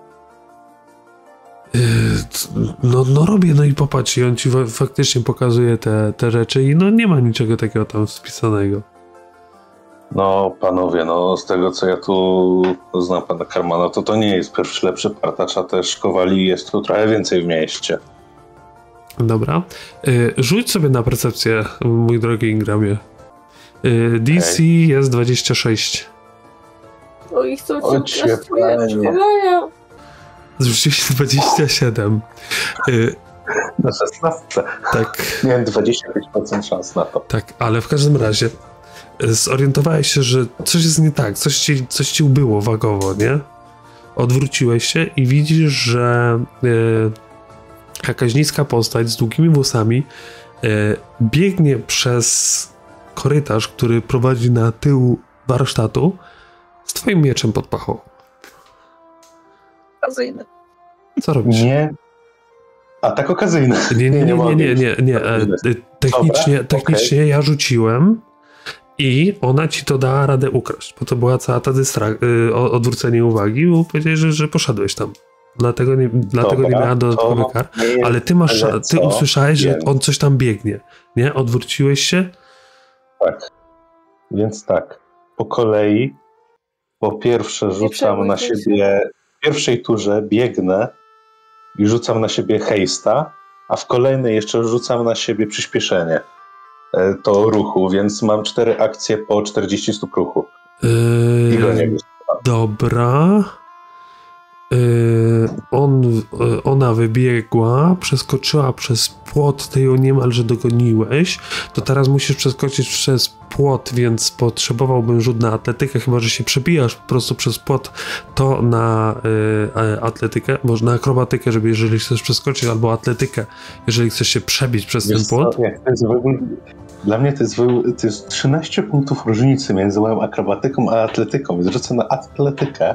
No robię, no i popatrz, i on ci faktycznie pokazuje te rzeczy i no nie ma niczego takiego tam spisanego. No panowie, no z tego co ja tu znam pana Karmana, to nie jest pierwszy lepszy partacz, a też kowali jest tu trochę więcej w mieście. Dobra. Rzuć sobie na percepcję, mój drogi Ingramie. DC jest 26. No i chcą cię Zrzuciłeś 27. Na 16. Tak. Miałem 25% szans na to. Tak, ale w każdym razie zorientowałeś się, że coś jest nie tak, coś ci ubyło wagowo, nie? Odwróciłeś się i widzisz, że jakaś niska postać z długimi włosami biegnie przez korytarz, który prowadzi na tył warsztatu z twoim mieczem pod pachą. Okazyjny. Co robisz? Nie. Atak okazyjny. Nie. Technicznie ja rzuciłem i ona ci to dała radę ukraść, bo to była cała ta odwrócenie uwagi, bo powiedziałeś, że poszedłeś tam. Dlatego nie miała dodatkowych kar, ale ty usłyszałeś, że on coś tam biegnie, nie? Odwróciłeś się? Tak. Więc tak, po kolei po pierwsze rzucam na siebie, w pierwszej turze biegnę i rzucam na siebie hejsta, a w kolejnej jeszcze rzucam na siebie przyspieszenie to ruchu, więc mam 4 akcje po 40 stóp ruchu. I go nie dobra. Ona wybiegła, przeskoczyła przez płot, ty ją niemalże dogoniłeś, to teraz musisz przeskoczyć przez płot, więc potrzebowałbym rzut na atletykę, chyba że się przebijasz po prostu przez płot, to na atletykę, może na akrobatykę, żeby jeżeli chcesz przeskoczyć, albo atletykę, jeżeli chcesz się przebić przez ten płot. Dla mnie to jest 13 punktów różnicy między moją akrobatyką a atletyką, więc rzucę na atletykę.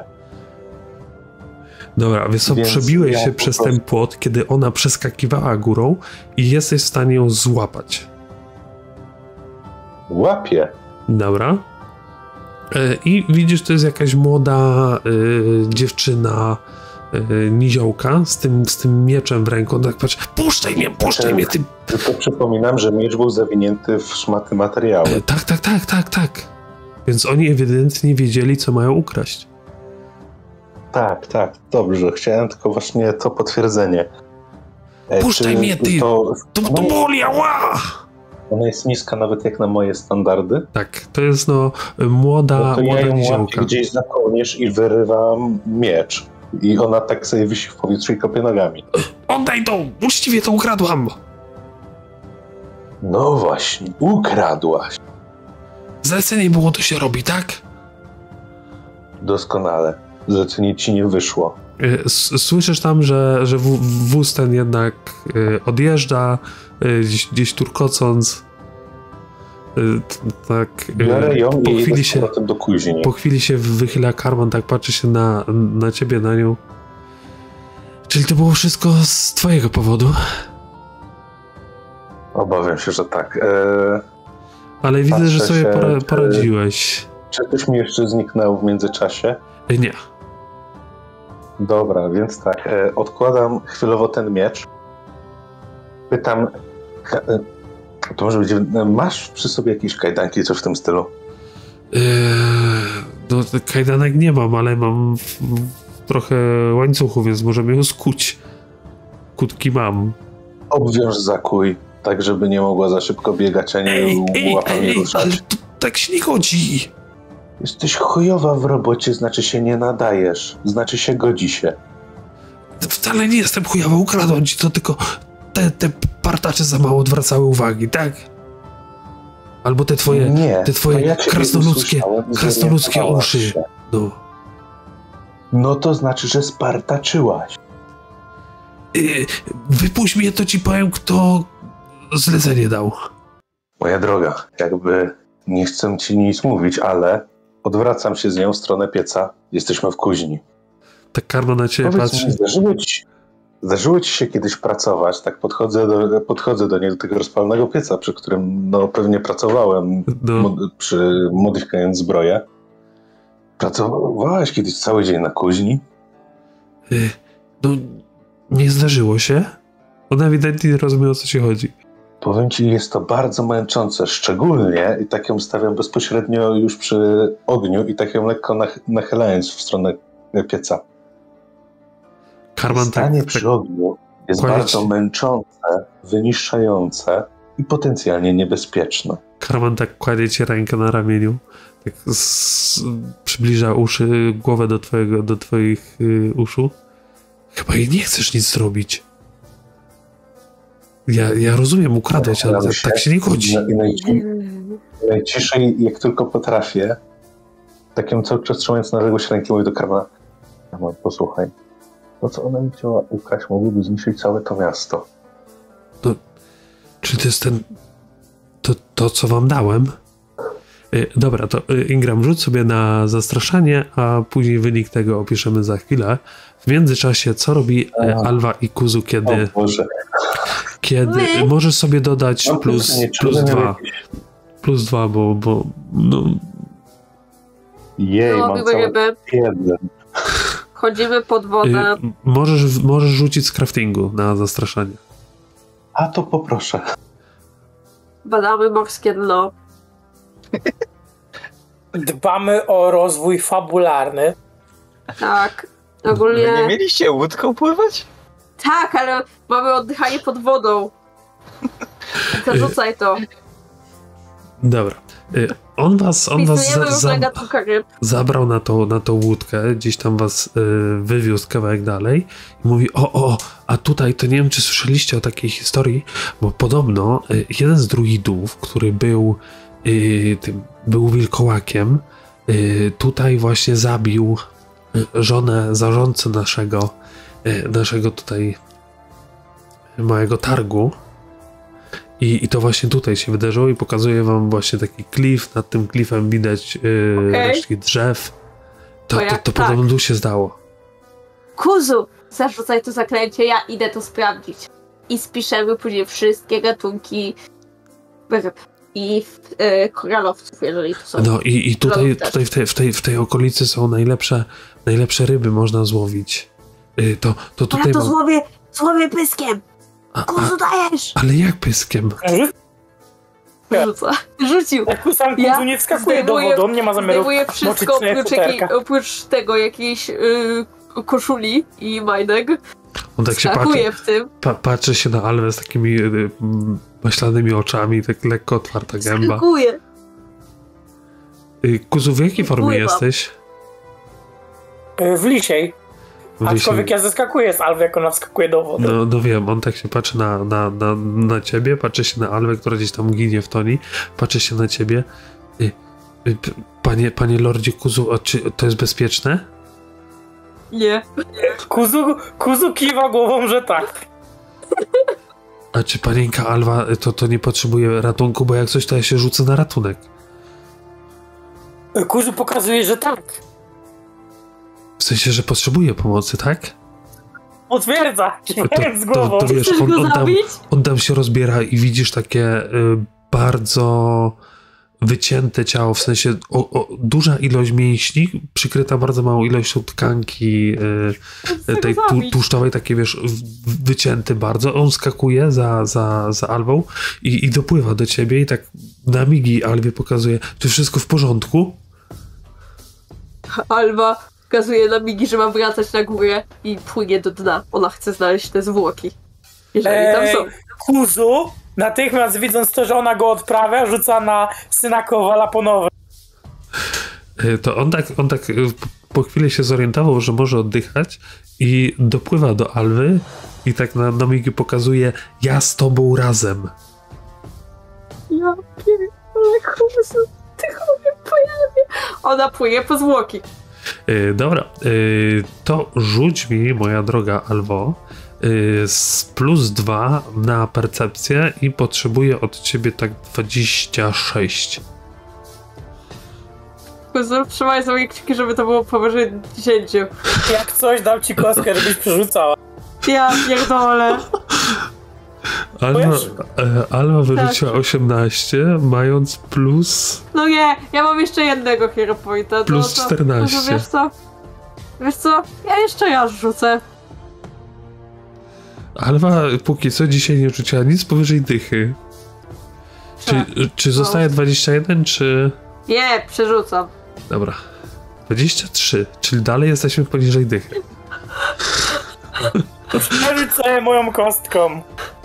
Dobra, więc przebiłeś się przez ten płot, kiedy ona przeskakiwała górą i jesteś w stanie ją złapać. Łapię. Dobra. I widzisz, to jest jakaś młoda dziewczyna, niziołka z tym mieczem w ręku. Tak patrz, puszczaj mnie, ty... Tylko przypominam, że miecz był zawinięty w szmaty materiału. Tak. Więc oni ewidentnie wiedzieli, co mają ukraść. Tak, dobrze. Chciałem tylko właśnie to potwierdzenie. Puszczaj mnie, ty! To boli, ała! Ona jest niska nawet jak na moje standardy. Tak, to jest młoda niziołka. Gdzieś za kołnierz i wyrywam miecz. I ona tak sobie wisi w powietrzu i kopie nogami. Oddaj to! Uczciwie to ukradłam! No właśnie, ukradłaś. Zlecenie było, to się robi, tak? Doskonale. Zlecenie ci nie wyszło. Słyszysz tam, że wóz ten jednak odjeżdża, gdzieś turkocąc. Tak. Biorę ją i jedę z powrotem do kuźni. Po chwili się wychyla Karman, tak patrzy się na ciebie, na nią. Czyli to było wszystko z twojego powodu? Obawiam się, że tak. Ale widzę, że sobie poradziłeś. Czy ktoś mi jeszcze zniknął w międzyczasie? Nie. Dobra, więc tak, odkładam chwilowo ten miecz. Pytam, to może będzie, masz przy sobie jakieś kajdanki, coś w tym stylu? No, kajdanek nie mam, ale mam trochę łańcuchów, więc możemy ją skuć. Kutki mam. Obwiąż zakój, tak żeby nie mogła za szybko biegać, ani łapami ruszać. Ale to tak się nie godzi. Jesteś chujowa w robocie, znaczy się nie nadajesz. Znaczy się godzi się. Wcale nie jestem chujowa, ukradłem ci to, tylko te partacze za mało odwracały uwagi, tak? Albo te twoje krasnoludzkie uszy. No. No to znaczy, że spartaczyłaś. Wypuść mnie, to ci powiem, kto zlecenie dał. Moja droga, jakby nie chcę ci nic mówić, ale odwracam się z nią w stronę pieca. Jesteśmy w kuźni. Tak Karma na ciebie patrzy. Zdarzyło ci się kiedyś pracować, tak podchodzę do niej, do tego rozpalonego pieca, przy którym pewnie pracowałem, modyfikując zbroję. Pracowałaś kiedyś cały dzień na kuźni? No, nie zdarzyło się. Ona ewidentnie nie rozumie, o co ci chodzi. Powiem ci, jest to bardzo męczące, szczególnie, i tak ją stawiam bezpośrednio już przy ogniu i tak ją lekko nachylając w stronę pieca. Stanie przy ogniu jest bardzo męczące, wyniszczające i potencjalnie niebezpieczne. Karman tak kładzie ci rękę na ramieniu, tak przybliża głowę do twoich uszu. Chyba jej nie chcesz nic zrobić. Ja rozumiem, ukradłeś, ale tak się nie godzi. Najciszej, jak tylko potrafię, tak ją cały czas trzymając na odległość ręki, mówię do Karmana: Karman, posłuchaj, to co ona mi chciała ukraść, mogłoby zniszczyć całe to miasto. Czy to jest to, co wam dałem? Dobra, to Ingram, rzuć sobie na zastraszanie, a później wynik tego opiszemy za chwilę. W międzyczasie, co robi Alwa i Kuzu, kiedy możesz sobie dodać plus 2. Plus 2, bo no... Jej, mam cały jeden. Chodzimy pod wodę. Możesz rzucić z craftingu na zastraszanie. A to poproszę. Badamy morskie dno. Dbamy o rozwój fabularny. Tak. Ogólnie... Wy nie mieliście łódką pływać? Tak, ale mamy oddychanie pod wodą. Zarzucaj to. Dobra. On was zabrał na tą łódkę, gdzieś tam was wywiózł kawałek dalej i mówi: a tutaj to nie wiem, czy słyszeliście o takiej historii, bo podobno jeden z druidów, który był wilkołakiem, tutaj właśnie zabił żonę zarządcy naszego tutaj małego targu. I to właśnie tutaj się wydarzyło i pokazuję wam właśnie taki klif. Nad tym klifem widać resztki drzew. To podobno tu się zdało. Kuzu, zarzucaj to zaklęcie, ja idę to sprawdzić. I spiszemy później wszystkie gatunki ryb i koralowców, jeżeli to są. No i tutaj w tej okolicy są najlepsze ryby można złowić. To tutaj ja to złowię pyskiem. Kuzu, dajesz! Ale jak pyskiem? Rzucił. Sam Kuzu nie wskakuje do wodą, nie ma zamiaru wszystko oprócz tego jakiejś koszuli i majtek. On tak się patrzy się na Alwę z takimi maślanymi oczami, tak lekko otwarta gęba. Skakuje. Kuzu, w jakiej formie jesteś? W lisiej. Aczkolwiek ja zeskakuję z Alwy, jak ona wskakuje do wody. No wiem, on tak się patrzy na ciebie, patrzy się na Alwę, która gdzieś tam ginie w toni, patrzy się na ciebie. Panie Lordzie Kuzu, a czy to jest bezpieczne? Nie. Kuzu kiwa głową, że tak. A czy panienka Alwa to nie potrzebuje ratunku, bo jak coś, to ja się rzucę na ratunek. Kuzu pokazuje, że tak. W sensie, że potrzebuje pomocy, tak? Potwierdza! Z głową. To wiesz, on tam się rozbiera i widzisz takie bardzo wycięte ciało, w sensie duża ilość mięśni, przykryta bardzo małą ilością tkanki tej tłuszczowej, takie wiesz, wycięty bardzo. On skakuje za Alwą i dopływa do ciebie i tak na migi Alwie pokazuje: czy wszystko w porządku? Alwa pokazuje na migi, że ma wracać na górę i płynie do dna. Ona chce znaleźć te zwłoki. Jeżeli tam są. Kuzu, natychmiast widząc to, że ona go odprawia, rzuca na syna Kowala ponownie. To on tak po chwili się zorientował, że może oddychać i dopływa do Alwy i tak na migi pokazuje: ja z tobą razem. Ja pierdolę, kuzu, ty chłopie pojawia. Ona płynie po zwłoki. Dobra, to rzuć mi, moja droga Alwo, z +2 na percepcję i potrzebuję od ciebie tak 26. Kuzu, trzymaj sobie kciuki, żeby to było powyżej 10. Jak coś, dam ci kostkę, żebyś przerzucała. Ja pierdolę. Alwa wyrzuciła 18, mając plus... No nie, ja mam jeszcze jednego hero pointa. Plus 14. No, wiesz co? Ja jeszcze raz rzucę. Alwa póki co dzisiaj nie rzuciła nic powyżej dychy. Czy zostaje 21, czy... Nie, przerzucam. Dobra. 23, czyli dalej jesteśmy poniżej dychy. Przerzucę moją kostką.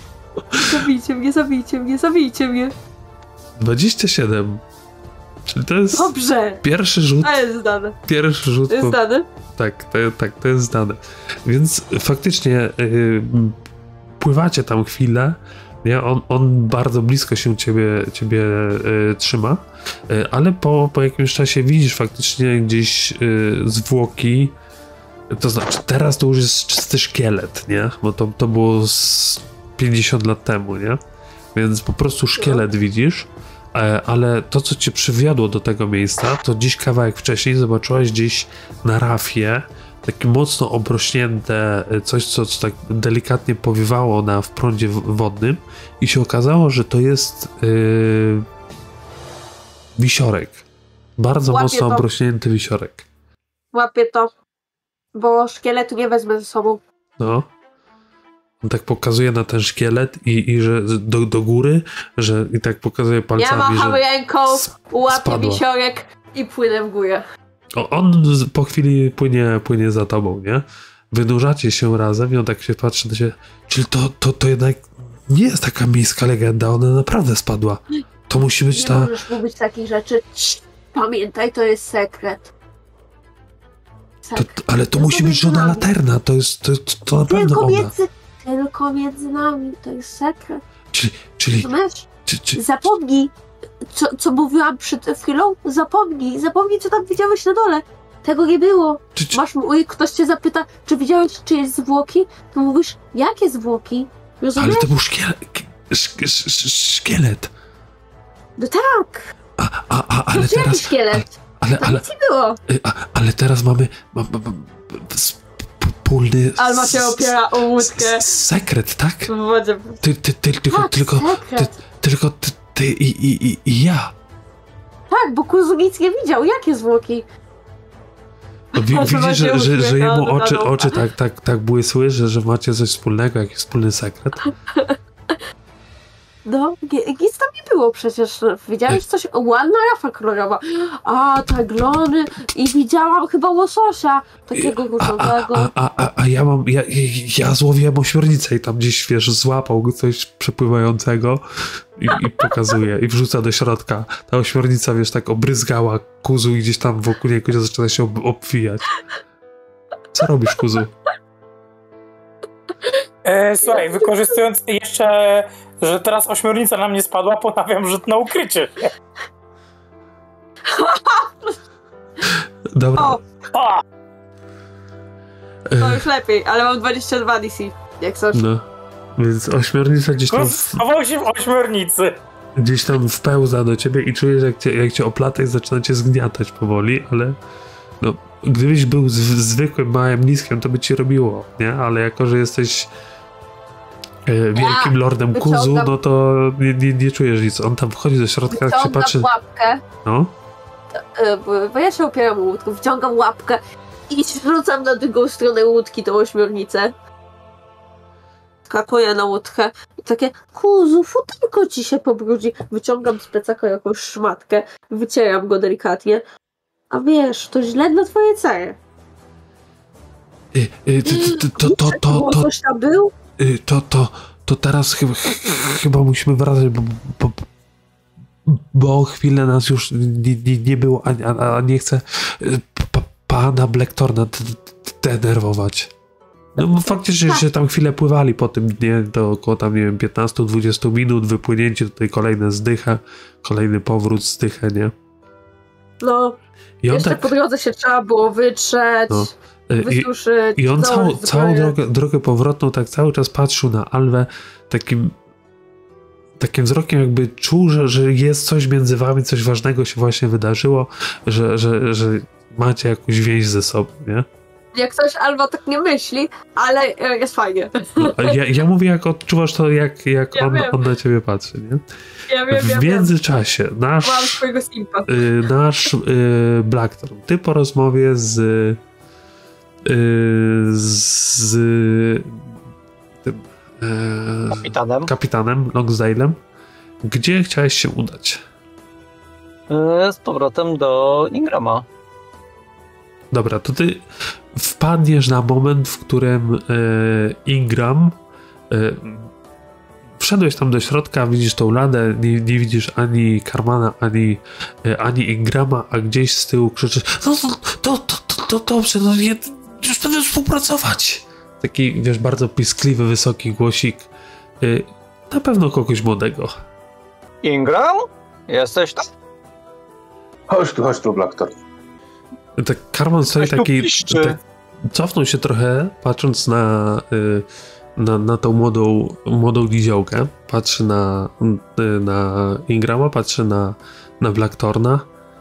Zabijcie mnie. 27. Czyli to jest Dobrze. pierwszy rzut. To jest zdane. Pierwszy rzut. To jest zdane? Tak, to jest zdane. Więc faktycznie pływacie tam chwilę, nie? On bardzo blisko się ciebie trzyma, ale po jakimś czasie widzisz faktycznie gdzieś zwłoki. To znaczy, teraz to już jest czysty szkielet, nie? Bo to było z 50 lat temu, nie? Więc po prostu szkielet widzisz, ale to, co cię przywiodło do tego miejsca, to gdzieś kawałek wcześniej zobaczyłaś gdzieś na rafie takie mocno obrośnięte coś, co tak delikatnie powiewało w prądzie wodnym i się okazało, że to jest wisiorek. Bardzo mocno obrośnięty wisiorek. Łapię to, bo szkieletu nie wezmę ze sobą. No. On tak pokazuje na ten szkielet i że do góry, że i tak pokazuje palcami, ja macham ręką, łapię spadła. wisiorek i płynę w górę. On po chwili płynie za tobą, nie? Wynurzacie się razem i on tak się patrzy na ciebie. Czyli to jednak nie jest taka miejska legenda, ona naprawdę spadła. To musi być nie możesz mówić takich rzeczy. Pamiętaj, to jest sekret. Ale to musi być żona Laterna, to na pewno ona. Tylko między nami, to jest sekret. Czyli Zapomnij, co mówiłam przed chwilą. Zapomnij, co tam widziałeś na dole. Tego nie było. Ktoś cię zapyta, czy widziałeś czyjeś zwłoki? To mówisz, jakie zwłoki? Rozumiesz? Ale to był szkielet. No tak. Ale to teraz... szkielet? To nic nie było. Ale teraz mamy wspólny... Alma się opiera o łódkę. Sekret, tak? W wodzie. Tylko ty i ja. Tak, bo Kuzu nic nie widział. Jakie zwłoki? Widzisz, że jemu oczy tak błysły, że macie coś wspólnego, jakiś wspólny sekret? No, nic tam nie było przecież. Widziałeś coś? Ładna rafa kolorowa. A, te glony. I widziałam chyba łososia. Takiego różowego. Ja złowiłem ośmiornicę i tam gdzieś, wiesz, złapał go coś przepływającego i pokazuje. I wrzuca do środka. Ta ośmiornica, wiesz, tak obryzgała Kuzu i gdzieś tam wokół niego zaczyna się obwijać. Co robisz, Kuzu? Słuchaj, wykorzystując jeszcze, że teraz ośmiornica na mnie spadła, ponawiam rzut na ukrycie. Dobra. To już lepiej, ale mam 22 DC, jak coś. No, więc ośmiornica gdzieś tam... Schował się w ośmiornicy. Gdzieś tam wpełza do ciebie i czujesz, jak cię oplata i zaczyna cię zgniatać powoli, ale no, gdybyś był zwykłym małym niskiem, to by ci robiło, nie? Ale jako, że jesteś wielkim lordem Kuzu, no to nie czujesz nic. On tam wchodzi do środka, jak się patrzy... łapkę. No? Bo ja się opieram o łódkę, wciągam łapkę i rzucam na drugą stronę łódki tą ośmiornicę. Skakuję na łódkę i takie, Kuzu, futerko ci się pobrudzi. Wyciągam z plecaka jakąś szmatkę, wycieram go delikatnie. A wiesz, to źle dla twojej cary. Coś tam był? To teraz chyba musimy wracać, bo chwilę nas już nie było, a nie chcę pana Blackthorna denerwować. No bo faktycznie, że tam chwilę pływali po tym dnie, to około tam, nie wiem, 15-20 minut, wypłynięcie, tutaj kolejne zdycha, kolejny powrót, zdychę, nie? No, I on jeszcze tak, po drodze się trzeba było wytrzeć, no, wysuszyć. i on założyć całą zbroję. drogę powrotną tak cały czas patrzył na Alwę takim wzrokiem, jakby czuł, że jest coś między wami, coś ważnego się właśnie wydarzyło, że macie jakąś więź ze sobą, nie? Jak coś Alwa tak nie myśli, ale jest fajnie. No, ja mówię, jak odczuwasz to, jak Ja on na ciebie patrzy, nie? Ja wiem, W międzyczasie Mam swojego simpa. nasz Blackthorn, ty po rozmowie z tym kapitanem Longsdale'em, gdzie chciałeś się udać? Z powrotem do Ingrama. Dobra, to ty wpadniesz na moment, w którym Ingram wszedłeś tam do środka, widzisz tą ladę, nie widzisz ani Carmana, ani Ingrama, a gdzieś z tyłu krzyczysz: no to dobrze, no już będę współpracować. Taki, wiesz, bardzo piskliwy, wysoki głosik. Na pewno kogoś młodego. Ingram? Jesteś tam? Chodź tu, Blackthorn. Tak Carman stoi taki, tak, cofnął się trochę, patrząc na tą młodą liziołkę. Patrzy na Ingrama, patrzy na Blackthorna.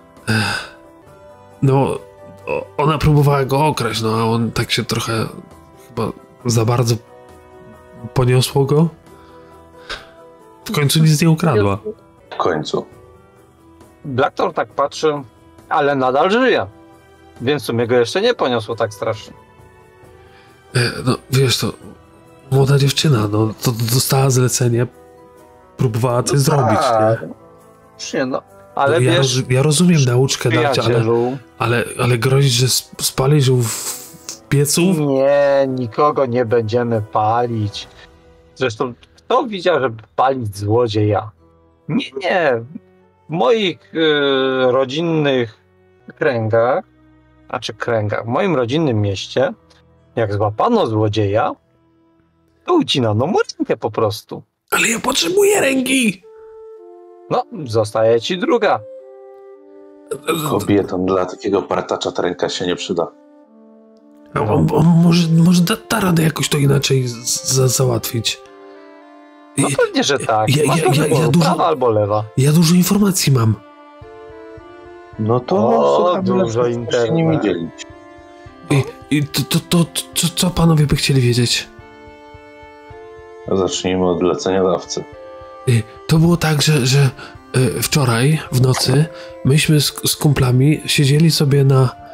No, ona próbowała go okraść, no a on tak się trochę chyba za bardzo poniosło go. W końcu nic nie ukradła. W końcu. Blackthorn tak patrzy, ale nadal żyje. Więc w sumie go jeszcze nie poniosło tak strasznie. No, wiesz, to młoda dziewczyna, no, to dostała zlecenie, próbowała coś zrobić, nie? Nie, no, ale no, wiesz... Ja rozumiem nauczkę dać, ale grozić, że spalisz ją w piecu? Nie, nikogo nie będziemy palić. Zresztą kto widział, żeby palić złodzieja? Nie. W moich rodzinnych kręgach, w moim rodzinnym mieście, jak złapano złodzieja, to ucinano mu rękę po prostu. Ale ja potrzebuję ręki! No, zostaje ci druga. Kobietom dla takiego partacza ta ręka się nie przyda. On może da radę jakoś to inaczej załatwić. No pewnie, że tak. Prawa albo lewa. Ja dużo informacji mam. No to dużo internet. się nimi dzielić. I co panowie by chcieli wiedzieć? Zacznijmy od leceniodawcy. To było tak, że wczoraj w nocy myśmy z kumplami siedzieli sobie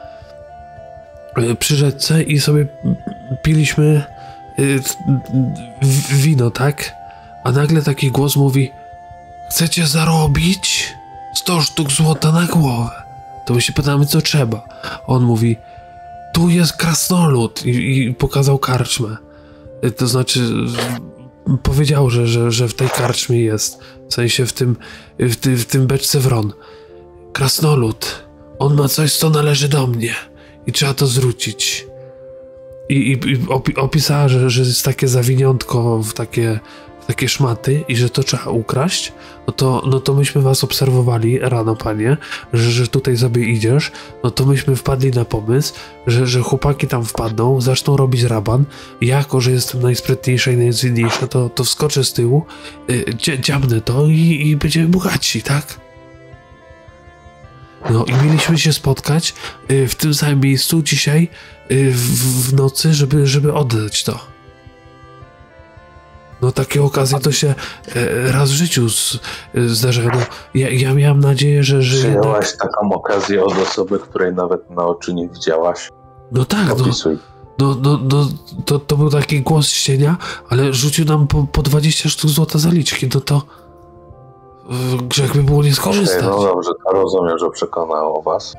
przy rzece i sobie piliśmy wino, tak? A nagle taki głos mówi: chcecie zarobić 100 sztuk złota na głowę? To my się pytamy, co trzeba. On mówi: tu jest krasnolud i pokazał karczmę. To znaczy powiedział, że w tej karczmie jest, w sensie w tym beczce wron. Krasnolud, on ma coś, co należy do mnie i trzeba to zwrócić. I opisała, że jest takie zawiniątko w takie szmaty i że to trzeba ukraść. No to myśmy was obserwowali rano, panie, że tutaj sobie idziesz. No to myśmy wpadli na pomysł, że chłopaki tam wpadną, zaczną robić raban. Jako, że jestem najsprytniejsza i najzwinniejsza, to wskoczę z tyłu, dziabnę to i będziemy bogaci, tak? No i mieliśmy się spotkać w tym samym miejscu dzisiaj w nocy, żeby oddać to. No takie okazje to się raz w życiu zdarzają. No, ja miałem nadzieję, że Przyjęłaś jednak... taką okazję od osoby, której nawet na oczy nie widziałaś? No tak, Opisuj. to był taki głos z cienia, ale rzucił nam po 20 sztuk złota zaliczki, no to grzech by było nie skorzystać. No dobrze, to rozumiem, że przekonało was.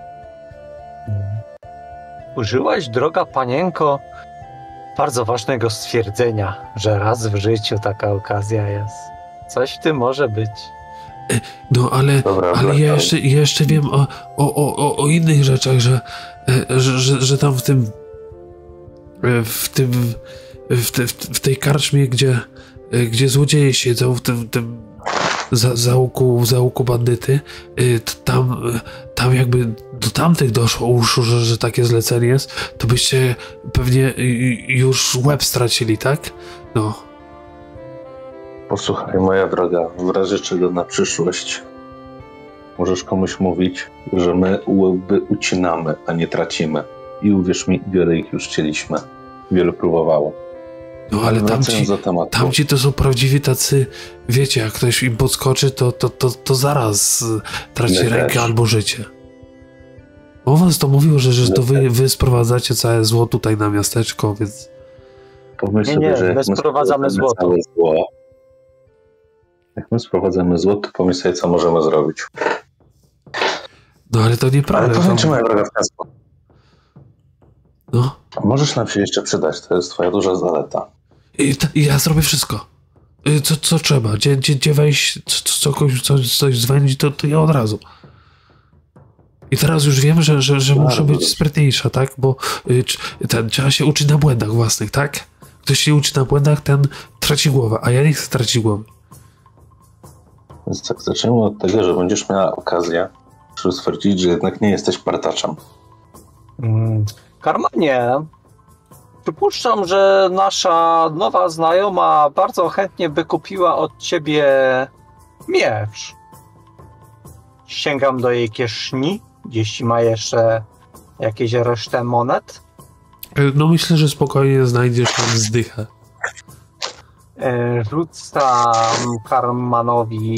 Użyłaś, droga panienko, bardzo ważnego stwierdzenia, że raz w życiu taka okazja jest. Coś w tym może być. No ale ja jeszcze wiem o innych rzeczach, że tam w tej karczmie, gdzie złodzieje siedzą, w tym załuku bandyty, tam jakby do tamtych doszło uszu, że takie zlecenie jest, to byście pewnie już łeb stracili, tak? No. Posłuchaj, moja droga, w razie czego na przyszłość możesz komuś mówić, że my łby ucinamy, a nie tracimy. I uwierz mi, wiele ich już chcieliśmy. Wielu próbowało. No ale tamci to są prawdziwi tacy, wiecie, jak ktoś im podskoczy, to zaraz traci rękę albo życie. O was to mówiło, że to wy sprowadzacie całe zło tutaj na miasteczko, więc... Pomyśl sobie, że my sprowadzamy złoto. Jak my sprowadzamy złoto, to pomyśl sobie, co możemy zrobić. No ale to nieprawda. Ale powiem ci, moja droga, w ten sposób. No. Możesz nam się jeszcze przydać, to jest twoja duża zaleta. I ja zrobię wszystko. Co trzeba? Gdzie wejść, coś dzwonić, to ja od razu. I teraz już wiem, że muszę być sprytniejsza, tak? Bo trzeba się uczyć na błędach własnych, tak? Ktoś się uczy na błędach, ten traci głowę, a ja nie chcę tracić głowy. Więc tak, zacznijmy od tego, że będziesz miała okazję, żeby stwierdzić, że jednak nie jesteś partaczem. Karmanie, przypuszczam, że nasza nowa znajoma bardzo chętnie by kupiła od ciebie miecz. Sięgam do jej kieszeni, jeśli ma jeszcze jakieś resztę monet. No myślę, że spokojnie znajdziesz tam zdychę. Rzucam Karmanowi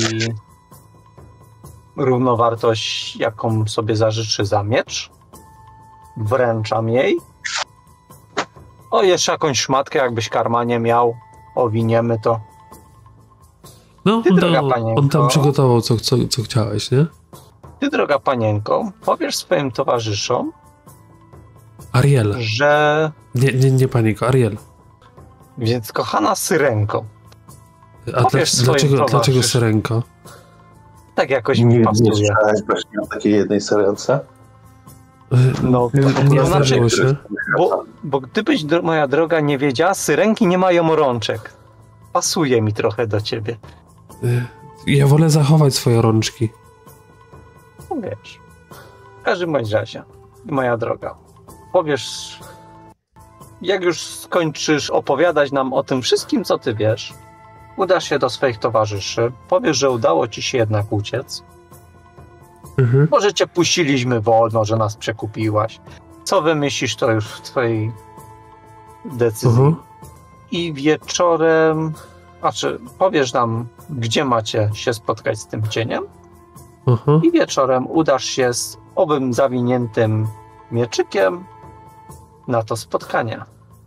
równowartość, jaką sobie zażyczy za miecz. Wręczam jej. O, jeszcze jakąś szmatkę, jakbyś Karmanie miał. Owiniemy to. No, on tam przygotował, co chciałeś, nie? Ty, droga panienko, powiesz swoim towarzyszom, Ariel. Że... Nie panienko, Ariel. Więc kochana Syrenko. A dlaczego Syrenko? Tak jakoś mi pasuje. Nie słyszałeś właśnie o takiej jednej Syrence? No, nie zdarzyło się. Bo gdybyś, moja droga, nie wiedziała, Syrenki nie mają rączek. Pasuje mi trochę do ciebie. Ja wolę zachować swoje rączki. No wiesz. W każdym bądź razie, moja droga, powiesz, jak już skończysz opowiadać nam o tym wszystkim, co ty wiesz, udasz się do swoich towarzyszy, powiesz, że udało ci się jednak uciec. Może cię puściliśmy wolno, że nas przekupiłaś. Co wymyślisz, to już w twojej decyzji. I wieczorem, powiesz nam, gdzie macie się spotkać z tym cieniem. I wieczorem udasz się z owym zawiniętym mieczykiem na to spotkanie.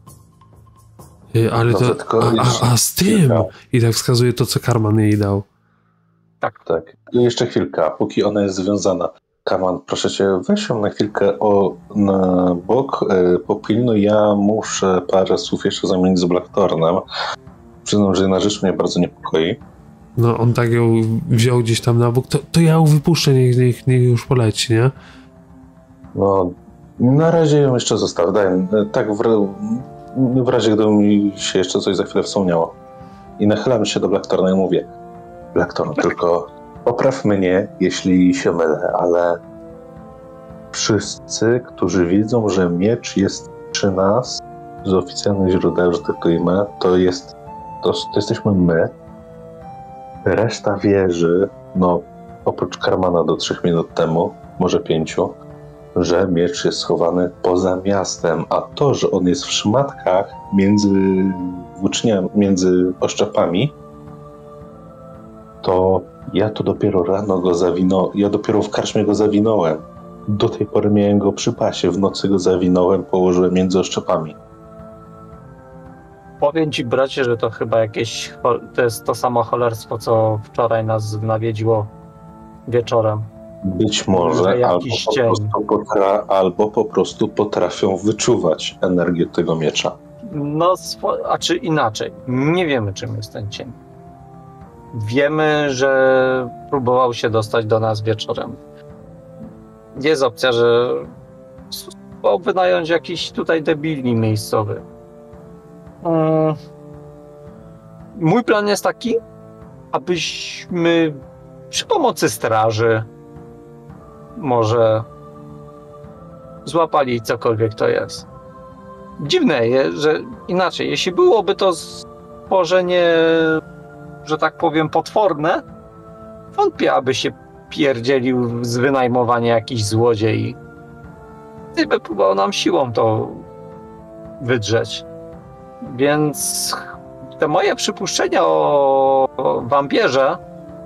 Ale to... A z tym! I tak wskazuje to, co Karman jej dał. Tak. Jeszcze chwilkę, póki ona jest związana. Karman, proszę cię, weź ją na chwilkę na bok, popilnuj. Ja muszę parę słów jeszcze zamienić z Blackthornem. Przyznam, że jedna rzecz mnie bardzo niepokoi. No, on tak ją wziął gdzieś tam na bok, to ja ją wypuszczę, niech już poleci, nie? No, na razie ją jeszcze zostawię. Tak w razie, gdyby mi się jeszcze coś za chwilę wspomniało. I nachylam się do Blackthorna i mówię: Blackthorn, tylko popraw mnie, jeśli się mylę, ale wszyscy, którzy widzą, że miecz jest przy nas, z oficjalnych źródeł, że tylko i my, to jesteśmy my. Reszta wierzy, no oprócz Karmana do 3 minut temu, może 5, że miecz jest schowany poza miastem, a to, że on jest w szmatkach między włóczniami, między oszczepami, to ja to dopiero rano go ja dopiero w karczmie go zawinąłem. Do tej pory miałem go przy pasie, w nocy go zawinąłem, położyłem między oszczepami. Powiem ci, bracie, że to chyba to jest to samo cholerstwo, co wczoraj nas nawiedziło wieczorem. Być może, albo po prostu potrafią wyczuwać energię tego miecza. No, a czy inaczej. Nie wiemy, czym jest ten cień. Wiemy, że próbował się dostać do nas wieczorem. Jest opcja, że bo wynająć jakiś tutaj debilni miejscowy. Mój plan jest taki, abyśmy przy pomocy straży może złapali cokolwiek to jest. Dziwne, że inaczej, jeśli byłoby to stworzenie, że tak powiem, potworne, wątpię, aby się pierdzielił z wynajmowania jakiś złodziej. Gdyby próbował nam siłą to wydrzeć. Więc te moje przypuszczenia o wampirze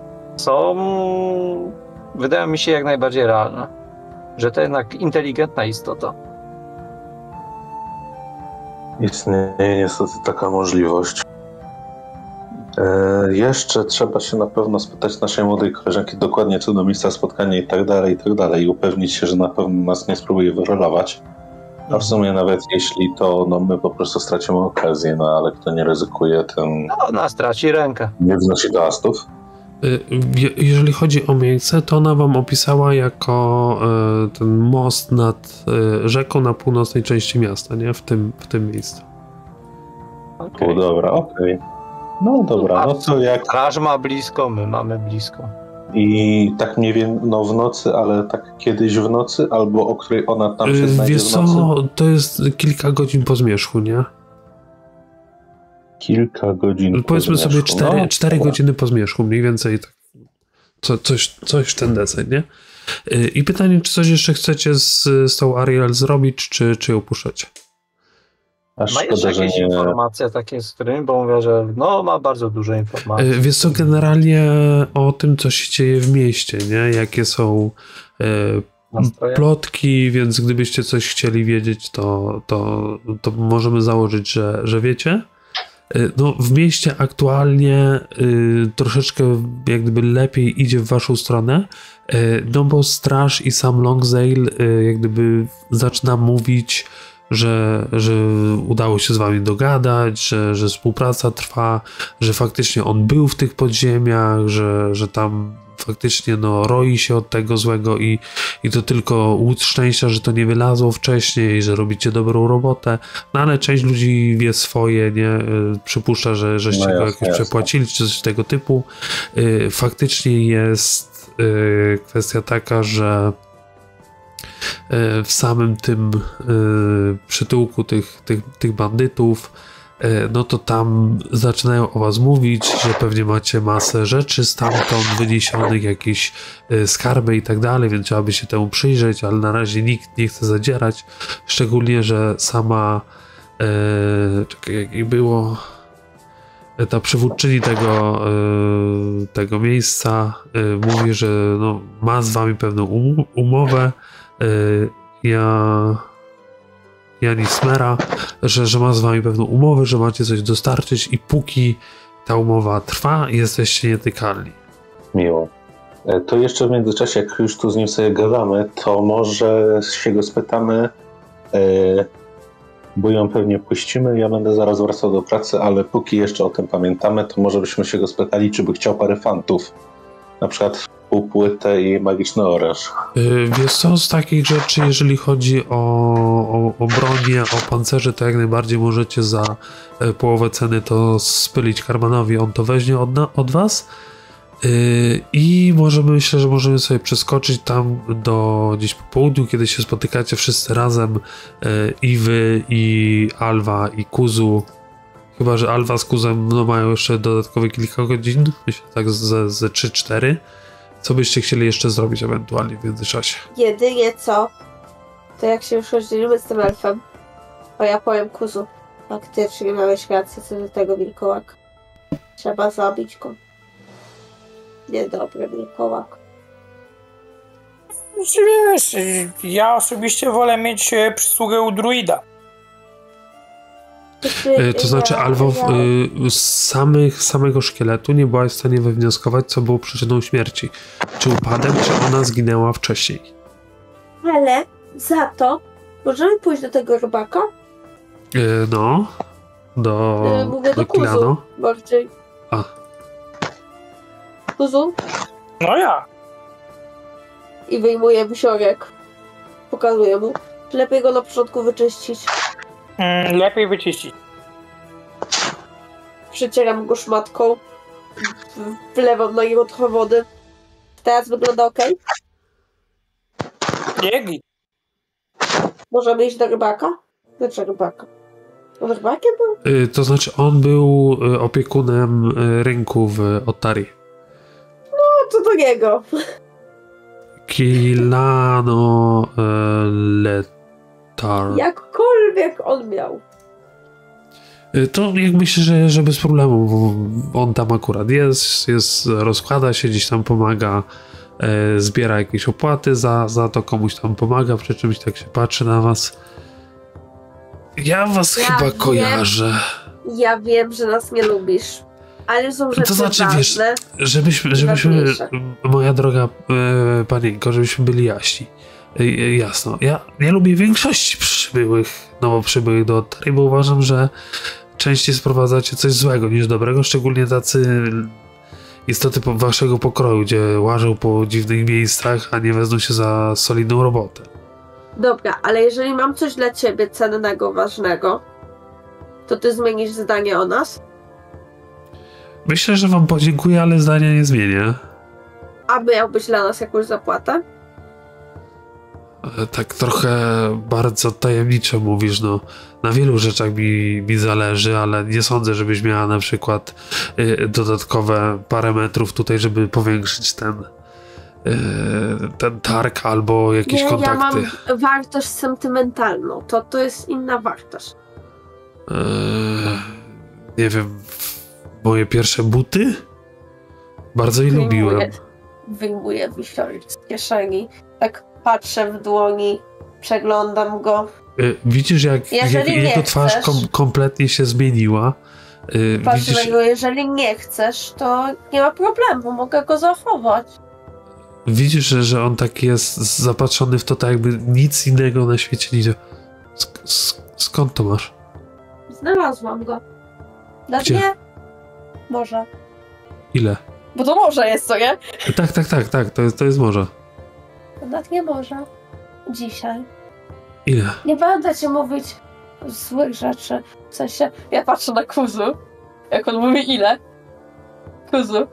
wydają mi się jak najbardziej realne. Że to jednak inteligentna istota. Istnieje niestety taka możliwość. Jeszcze trzeba się na pewno spytać naszej młodej koleżanki dokładnie co do miejsca spotkania i tak dalej i upewnić się, że na pewno nas nie spróbuje wyrolować. A w sumie nawet jeśli to, no my po prostu stracimy okazję, no ale kto nie ryzykuje, ten... No, ona straci rękę. Nie wznosi toastów. Jeżeli chodzi o miejsce, to ona wam opisała jako ten most nad rzeką na północnej części miasta, nie? W tym miejscu. Okay. Dobra, okej. No dobra, no to jak... Straż ma blisko, my mamy blisko. I tak mniej więcej, no w nocy, ale tak kiedyś w nocy, albo o której ona tam się znajdzie wiesz w nocy? co, to jest kilka godzin po zmierzchu, nie? Kilka godzin powiedzmy po zmierzchu. sobie 4 godziny po zmierzchu, mniej więcej tak. Coś w ten deseń, nie? I pytanie, czy coś jeszcze chcecie z tą Ariel zrobić, czy ją puszczać? Ma jeszcze jakieś informacje takie z którymi, bo mówię, że no ma bardzo dużo informacji. Wiesz co, generalnie o tym, co się dzieje w mieście, nie? Jakie są plotki, więc gdybyście coś chcieli wiedzieć, to możemy założyć, że wiecie. No, w mieście aktualnie troszeczkę jak gdyby lepiej idzie w waszą stronę, no bo straż i sam Longzale jak gdyby zaczyna mówić, że udało się z wami dogadać, że współpraca trwa, że faktycznie on był w tych podziemiach, że tam faktycznie no, roi się od tego złego i to tylko łód szczęścia, że to nie wylazło wcześniej, że robicie dobrą robotę, no ale część ludzi wie swoje, nie, przypuszcza, żeście go jakoś przepłacili, czy coś tego typu. Faktycznie jest kwestia taka, że w samym tym przytułku tych bandytów, no to tam zaczynają o was mówić, że pewnie macie masę rzeczy stamtąd wyniesionych, jakieś skarby i tak dalej, więc trzeba by się temu przyjrzeć, ale na razie nikt nie chce zadzierać, szczególnie, że sama czekaj, jak było ta przywódczyni tego miejsca mówi, że no, ma z wami pewną umowę, Janismera, że ma z wami pewną umowę, że macie coś dostarczyć i póki ta umowa trwa, jesteście nietykalni. Miło. To jeszcze w międzyczasie, jak już tu z nim sobie gadamy, to może się go spytamy, bo ją pewnie puścimy, ja będę zaraz wracał do pracy, ale póki jeszcze o tym pamiętamy, to może byśmy się go spytali, czy by chciał parę fantów. Na przykład półpłytę i magiczny oręż. Wiesz co, z takich rzeczy, jeżeli chodzi o bronię, o pancerze, to jak najbardziej możecie za połowę ceny to spylić Karmanowi, on to weźmie od was. I myślę, że możemy sobie przeskoczyć tam do gdzieś po południu, kiedy się spotykacie wszyscy razem, i wy, i Alwa, i Kuzu. Chyba że Alwa z Kuzem no, mają jeszcze dodatkowe kilka godzin, myślę tak ze 3-4. Co byście chcieli jeszcze zrobić ewentualnie w międzyczasie? Jedynie co, to jak się już rozdzielimy z tym elfem, to ja powiem Kuzu, faktycznie miałeś rację co do tego wilkołaka. Trzeba zabić go. Niedobry wilkołak. Wiesz, ja osobiście wolę mieć przysługę u druida. To znaczy, Alwo, z samego szkieletu nie byłaś w stanie wywnioskować, co było przyczyną śmierci. Czy upadek, czy ona zginęła wcześniej. Ale za to możemy pójść do tego robaka? No. Mówię do Kilano. Kuzu bardziej. A. Kuzu? No ja. I wyjmuję wisiorek. Pokazuję mu. Lepiej go na początku wyczyścić. Lepiej wyczyścić. Przecieram go szmatką. Wlewam na niego trochę wody. Teraz wygląda ok? Biegli. Możemy iść do rybaka? Znaczy rybaka. On rybakiem był? To znaczy on był opiekunem rynku w Otari. No, to do niego. Kilano Letar. Jakkolwiek on miał. To jak myślę, że bez problemu, bo on tam akurat jest, rozkłada się, gdzieś tam pomaga, zbiera jakieś opłaty za to, komuś tam pomaga, przy czymś tak się patrzy na was. Ja was chyba kojarzę. Ja wiem, że nas nie lubisz, ale są rzeczy to znaczy, ważne. Wiesz, żebyśmy moja droga panienko, żebyśmy byli jaśni. Jasno. Ja lubię większości nowo przybyłych do Otari, bo uważam, że częściej sprowadzacie coś złego niż dobrego, szczególnie tacy istoty waszego pokroju, gdzie łażą po dziwnych miejscach, a nie wezmą się za solidną robotę. Dobra, ale jeżeli mam coś dla ciebie cennego, ważnego, to ty zmienisz zdanie o nas? Myślę, że wam podziękuję, ale zdania nie zmienię. A miałbyś dla nas jakąś zapłatę? Tak trochę bardzo tajemniczo mówisz, no. Na wielu rzeczach mi zależy, ale nie sądzę, żebyś miała na przykład dodatkowe parę metrów tutaj, żeby powiększyć ten targ albo jakieś kontakty. Ja mam wartość sentymentalną. To jest inna wartość. Nie wiem, moje pierwsze buty? Bardzo je lubiłem. Wyjmuję wisiorek z kieszeni. Tak patrzę w dłoni, przeglądam go. Widzisz, jak jego twarz kompletnie się zmieniła. Patrzę na niego, jeżeli nie chcesz, to nie ma problemu, mogę go zachować. Widzisz, że on tak jest zapatrzony w to, tak jakby nic innego na świecie nie... Skąd to masz? Znalazłam go. Na dnie morza. Ile? Bo to morze jest, co nie? Tak, to jest morze. Na dnie morza. Dzisiaj. Ile? Nie będę ci mówić złych rzeczy. W sensie, ja patrzę na Kuzu. Jak on mówi ile? Kuzu.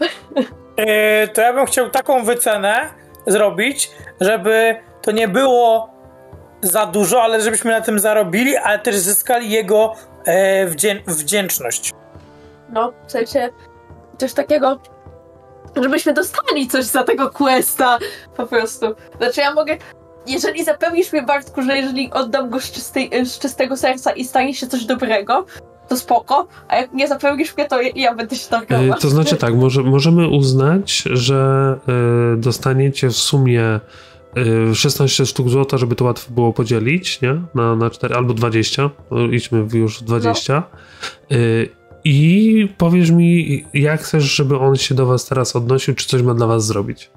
To ja bym chciał taką wycenę zrobić, żeby to nie było za dużo, ale żebyśmy na tym zarobili, ale też zyskali jego wdzięczność. No, w sensie coś takiego, żebyśmy dostali coś za tego questa, po prostu. Znaczy ja mogę, jeżeli zapełnisz mnie, Bartku, że jeżeli oddam go z czystego serca i stanie się coś dobrego, to spoko, a jak nie zapełnisz mnie, to ja będę się targować. To znaczy tak, możemy uznać, że dostaniecie w sumie 16 sztuk złota, żeby to łatwo było podzielić, nie? Na 4 albo 20. Idźmy już w 20. No. I powiesz mi, jak chcesz, żeby on się do was teraz odnosił, czy coś ma dla was zrobić?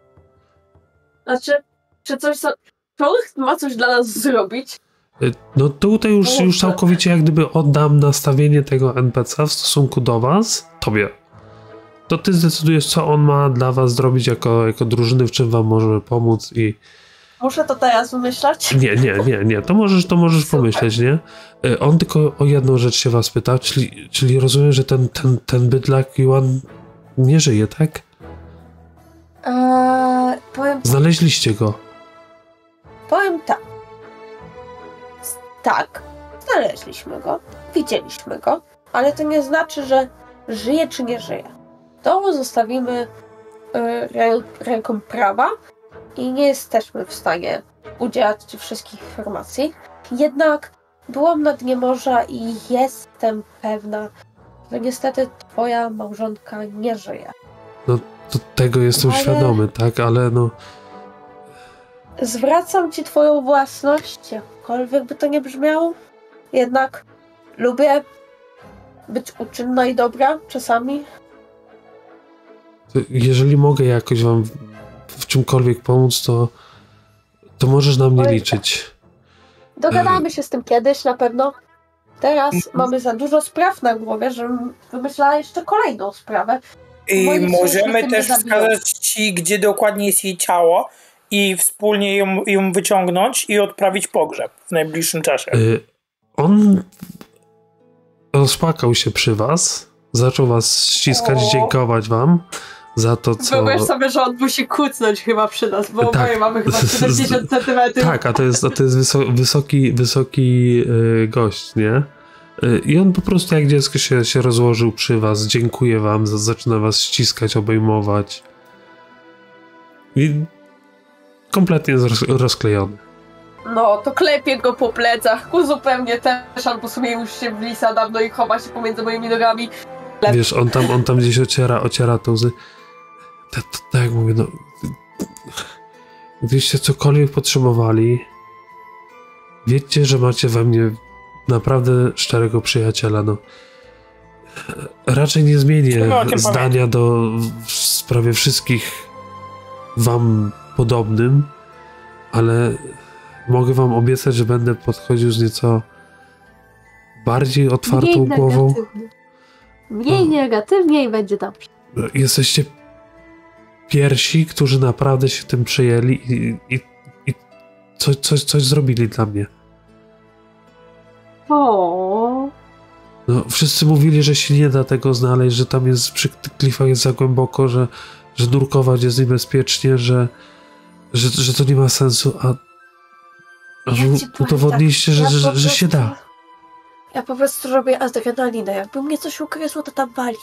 Znaczy, czy on ma coś dla nas zrobić? No tutaj już całkowicie jak gdyby oddam nastawienie tego NPC w stosunku do was, tobie. To ty zdecydujesz, co on ma dla was zrobić jako drużyny, w czym wam może pomóc i... Muszę to teraz wymyślać? Nie. To możesz pomyśleć, nie? On tylko o jedną rzecz się was pyta, czyli rozumiem, że ten bydlak Yuan nie żyje, tak? Znaleźliście go. Powiem tak. Tak, znaleźliśmy go, widzieliśmy go, ale to nie znaczy, że żyje czy nie żyje. To zostawimy ręką prawa i nie jesteśmy w stanie udzielać ci wszystkich informacji. Jednak byłam na dnie morza i jestem pewna, że niestety twoja małżonka nie żyje. No, to tego jestem świadomy, tak? Ale no... Zwracam ci twoją własność, jakkolwiek by to nie brzmiało. Jednak lubię być uczynna i dobra czasami. Jeżeli mogę jakoś wam w czymkolwiek pomóc, to możesz na mnie liczyć. Dogadamy się z tym kiedyś na pewno. Teraz mamy za dużo spraw na głowie, żebym wymyślała jeszcze kolejną sprawę. I możemy też wskazać ci, gdzie dokładnie jest jej ciało i wspólnie ją wyciągnąć i odprawić pogrzeb w najbliższym czasie. On rozpłakał się przy was, zaczął was ściskać, dziękować wam za to, co... Wyobraź sobie, że on musi kucnąć chyba przy nas, bo oboje mamy chyba 70 centymetrów. Tak, a to jest wysoki gość, nie? I on po prostu jak dziecko się rozłożył przy was, dziękuję wam, zaczyna was ściskać, obejmować. I kompletnie rozklejony. No, to klepię go po plecach, zupełnie też, albo sobie już się w lisa dawno i chowa się pomiędzy moimi nogami. Wiesz, on tam gdzieś ociera te łzy. Tak jak mówię, no... Gdybyście cokolwiek potrzebowali, wiedzcie, że macie we mnie naprawdę szczerego przyjaciela, no. Raczej nie zmienię zdania w sprawie wszystkich wam podobnym, ale mogę wam obiecać, że będę podchodził z nieco bardziej otwartą głową. Mniej negatywnie i będzie dobrze. Jesteście pierwsi, którzy naprawdę się tym przejęli i coś zrobili dla mnie. O. No, wszyscy mówili, że się nie da tego znaleźć, że tam jest przy klifach jest za głęboko, że nurkować jest niebezpiecznie, że to nie ma sensu, a udowodniliście, że się da. Ja po prostu robię adrenalinę. Jakby mnie coś ukryło, to tam wali.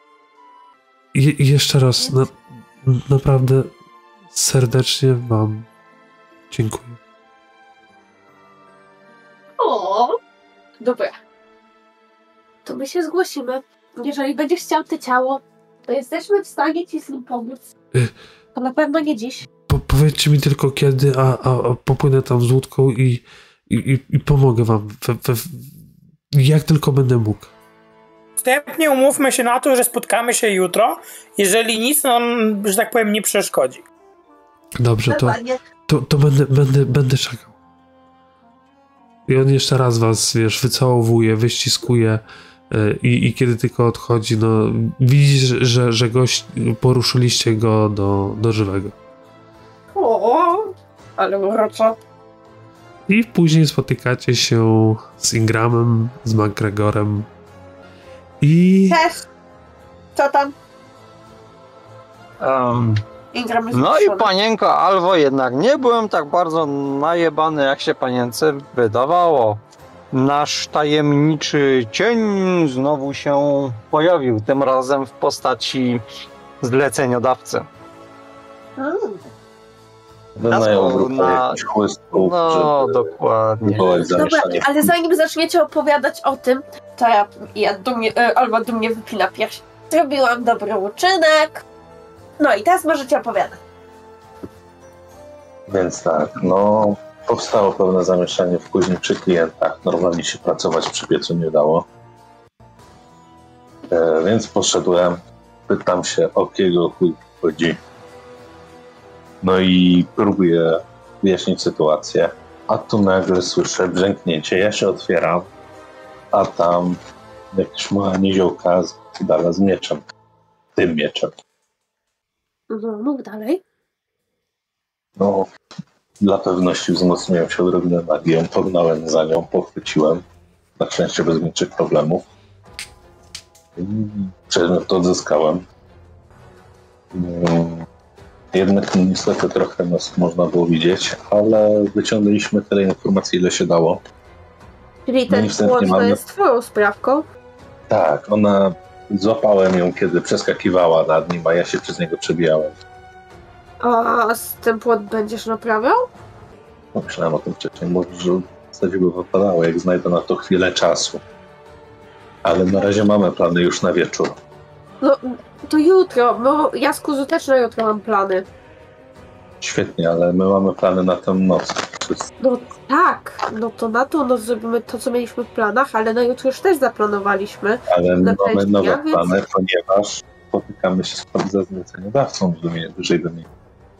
I jeszcze raz, naprawdę serdecznie wam dziękuję. O, dobra. To my się zgłosimy. Jeżeli będziesz chciał te ciało, to jesteśmy w stanie ci z nim pomóc. To na pewno nie dziś. Powiedzcie mi tylko kiedy, a popłynę tam z łódką i pomogę wam. Jak tylko będę mógł. Wstępnie umówmy się na to, że spotkamy się jutro, jeżeli nic nam, że tak powiem, nie przeszkodzi. Dobrze, to będę czekał. I on jeszcze raz was, wiesz, wycałowuje, wyściskuje i kiedy tylko odchodzi, no widzisz, że gość, poruszyliście go do żywego. O, ale uroczo. I później spotykacie się z Ingramem, z McGregorem i... Cześć! Co tam? Ingram jest No wyszony. i panienko Alwo, jednak nie byłem tak bardzo najebany, jak się panience wydawało. Nasz tajemniczy cień znowu się pojawił, tym razem w postaci zleceniodawcy. Wynają grupę jakichś chłystków, no, dokładnie. Dobra, ale zanim zaczniecie opowiadać o tym, to ja Alba dumnie wypina pierś. Zrobiłam dobry uczynek. No i teraz możecie opowiadać. Więc tak, no powstało pewne zamieszanie później przy klientach. Normalnie się pracować przy piecu nie dało. Więc poszedłem, pytam się, o kiego chuj chodzi. No i próbuję wyjaśnić sytuację. A tu nagle słyszę brzęknięcie. Ja się otwieram, a tam jakaś mała niziołka dala z mieczem. Tym mieczem. No, mów dalej. No, dla pewności wzmocniłem się odrobinę magią, pognałem za nią, pochwyciłem. Na szczęście bez większych problemów. Przedmiot to odzyskałem. Jednak niestety trochę nas można było widzieć, ale wyciągnęliśmy tyle informacji, ile się dało. Czyli ten płot to jest twoją sprawką? Tak, złapałem ją, kiedy przeskakiwała nad nim, a ja się przez niego przebijałem. A z ten płot będziesz naprawiał? Myślałem o tym wcześniej, może w zasadzie by wypadało, jak znajdę na to chwilę czasu. Ale na razie mamy plany już na wieczór. No, to jutro, bo ja z Kuzu też na jutro mam plany. Świetnie, ale my mamy plany na tę noc. No tak, no to na tą noc zrobimy to, co mieliśmy w planach, ale na jutro już też zaplanowaliśmy. Ale my mamy nowe więc... plany, ponieważ spotykamy się ze zleceniodawcą wyżej wymienionym.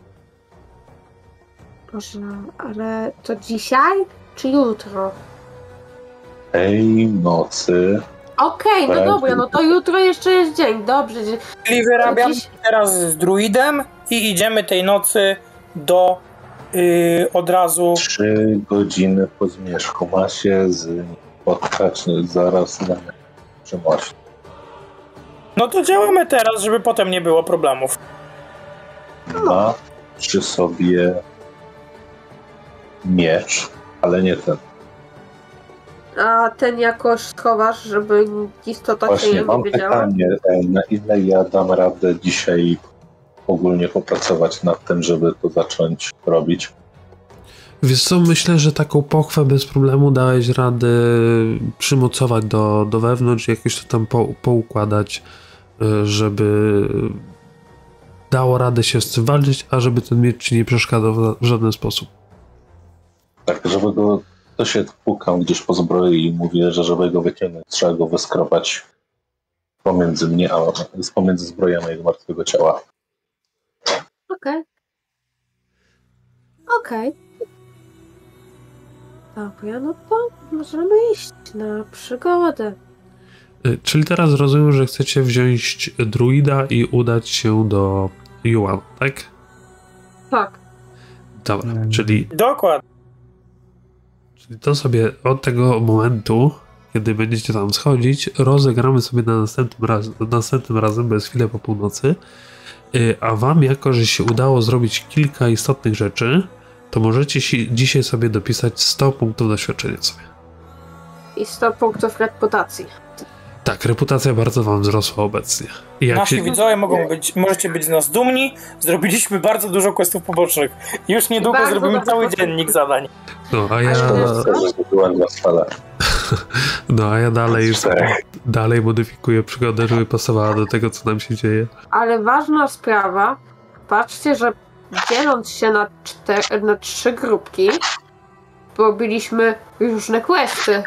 Boże, ale to dzisiaj czy jutro? Tej nocy. Okej, no dobra, no to jutro jeszcze jest dzień, dobrze. Czyli wyrabiamy teraz z druidem i idziemy tej nocy do od razu... 3 godziny po zmierzchu ma się z nim spotkać zaraz na Przemyśle. No to działamy teraz, żeby potem nie było problemów. Ma przy sobie miecz, ale nie ten. A ten jakoś schowasz, żeby istota się Właśnie nie mam dowiedziała? pytanie, na ile ja dam radę dzisiaj ogólnie popracować nad tym, żeby to zacząć robić. Wiesz co, myślę, że taką pochwę bez problemu dałeś radę przymocować do wewnątrz, jakoś to tam poukładać, żeby dało radę się z tym walczyć, a żeby ten miecz ci nie przeszkadzał w żaden sposób. Tak, żeby go, to się pukam gdzieś po zbroi i mówię, że żeby go wyciągnąć, trzeba go wyskrobać pomiędzy mnie, a pomiędzy zbroją jego martwego ciała. Okej. Dobra, no to możemy iść na przygodę. Czyli teraz rozumiem, że chcecie wziąć druida i udać się do Yuan, tak? Tak. Dobra, czyli Dokładnie. to sobie od tego momentu, kiedy będziecie tam schodzić, rozegramy sobie na następnym razem, bo jest chwilę po północy, a wam, jako że się udało zrobić kilka istotnych rzeczy, to możecie dzisiaj sobie dopisać 100 punktów doświadczenia sobie. I 100 punktów reputacji. Tak, reputacja bardzo wam wzrosła obecnie. Nasi widzowie możecie być z nas dumni. Zrobiliśmy bardzo dużo questów pobocznych. Już niedługo Bardzo zrobimy bardzo cały dziennik zadań. No, a ja dalej modyfikuję przygodę, żeby pasowała do tego, co nam się dzieje. Ale ważna sprawa, patrzcie, że dzieląc się na 3 grupki, robiliśmy różne questy.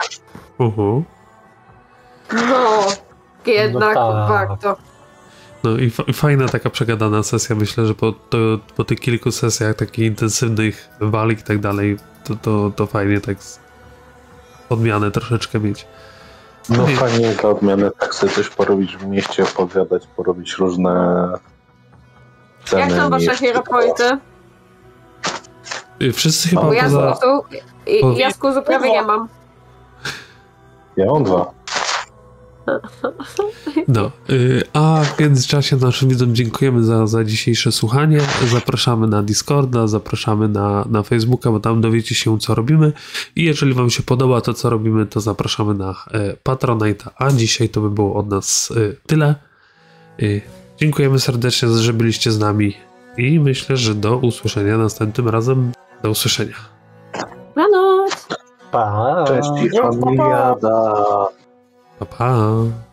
No, jednak warto. No i fajna taka przegadana sesja. Myślę, że po tych kilku sesjach takich intensywnych walk i tak dalej, to fajnie tak odmianę troszeczkę mieć. No fajnie dla odmiany tak sobie coś porobić w mieście, opowiadać, porobić różne ceny. Jak są wasze hero pointy? Wszyscy chyba Bo ja z kuzu prawie nie mam. Ja mam 2. No, a w międzyczasie naszym widzom dziękujemy za dzisiejsze słuchanie. Zapraszamy na Discorda, zapraszamy na Facebooka, bo tam dowiecie się, co robimy. I jeżeli wam się podoba to, co robimy, to zapraszamy na Patronite'a. A dzisiaj to by było od nas tyle. Dziękujemy serdecznie, że byliście z nami i myślę, że do usłyszenia następnym razem. Do usłyszenia. Dobranoc! Pa! Cześć, familiada! Pa, pa.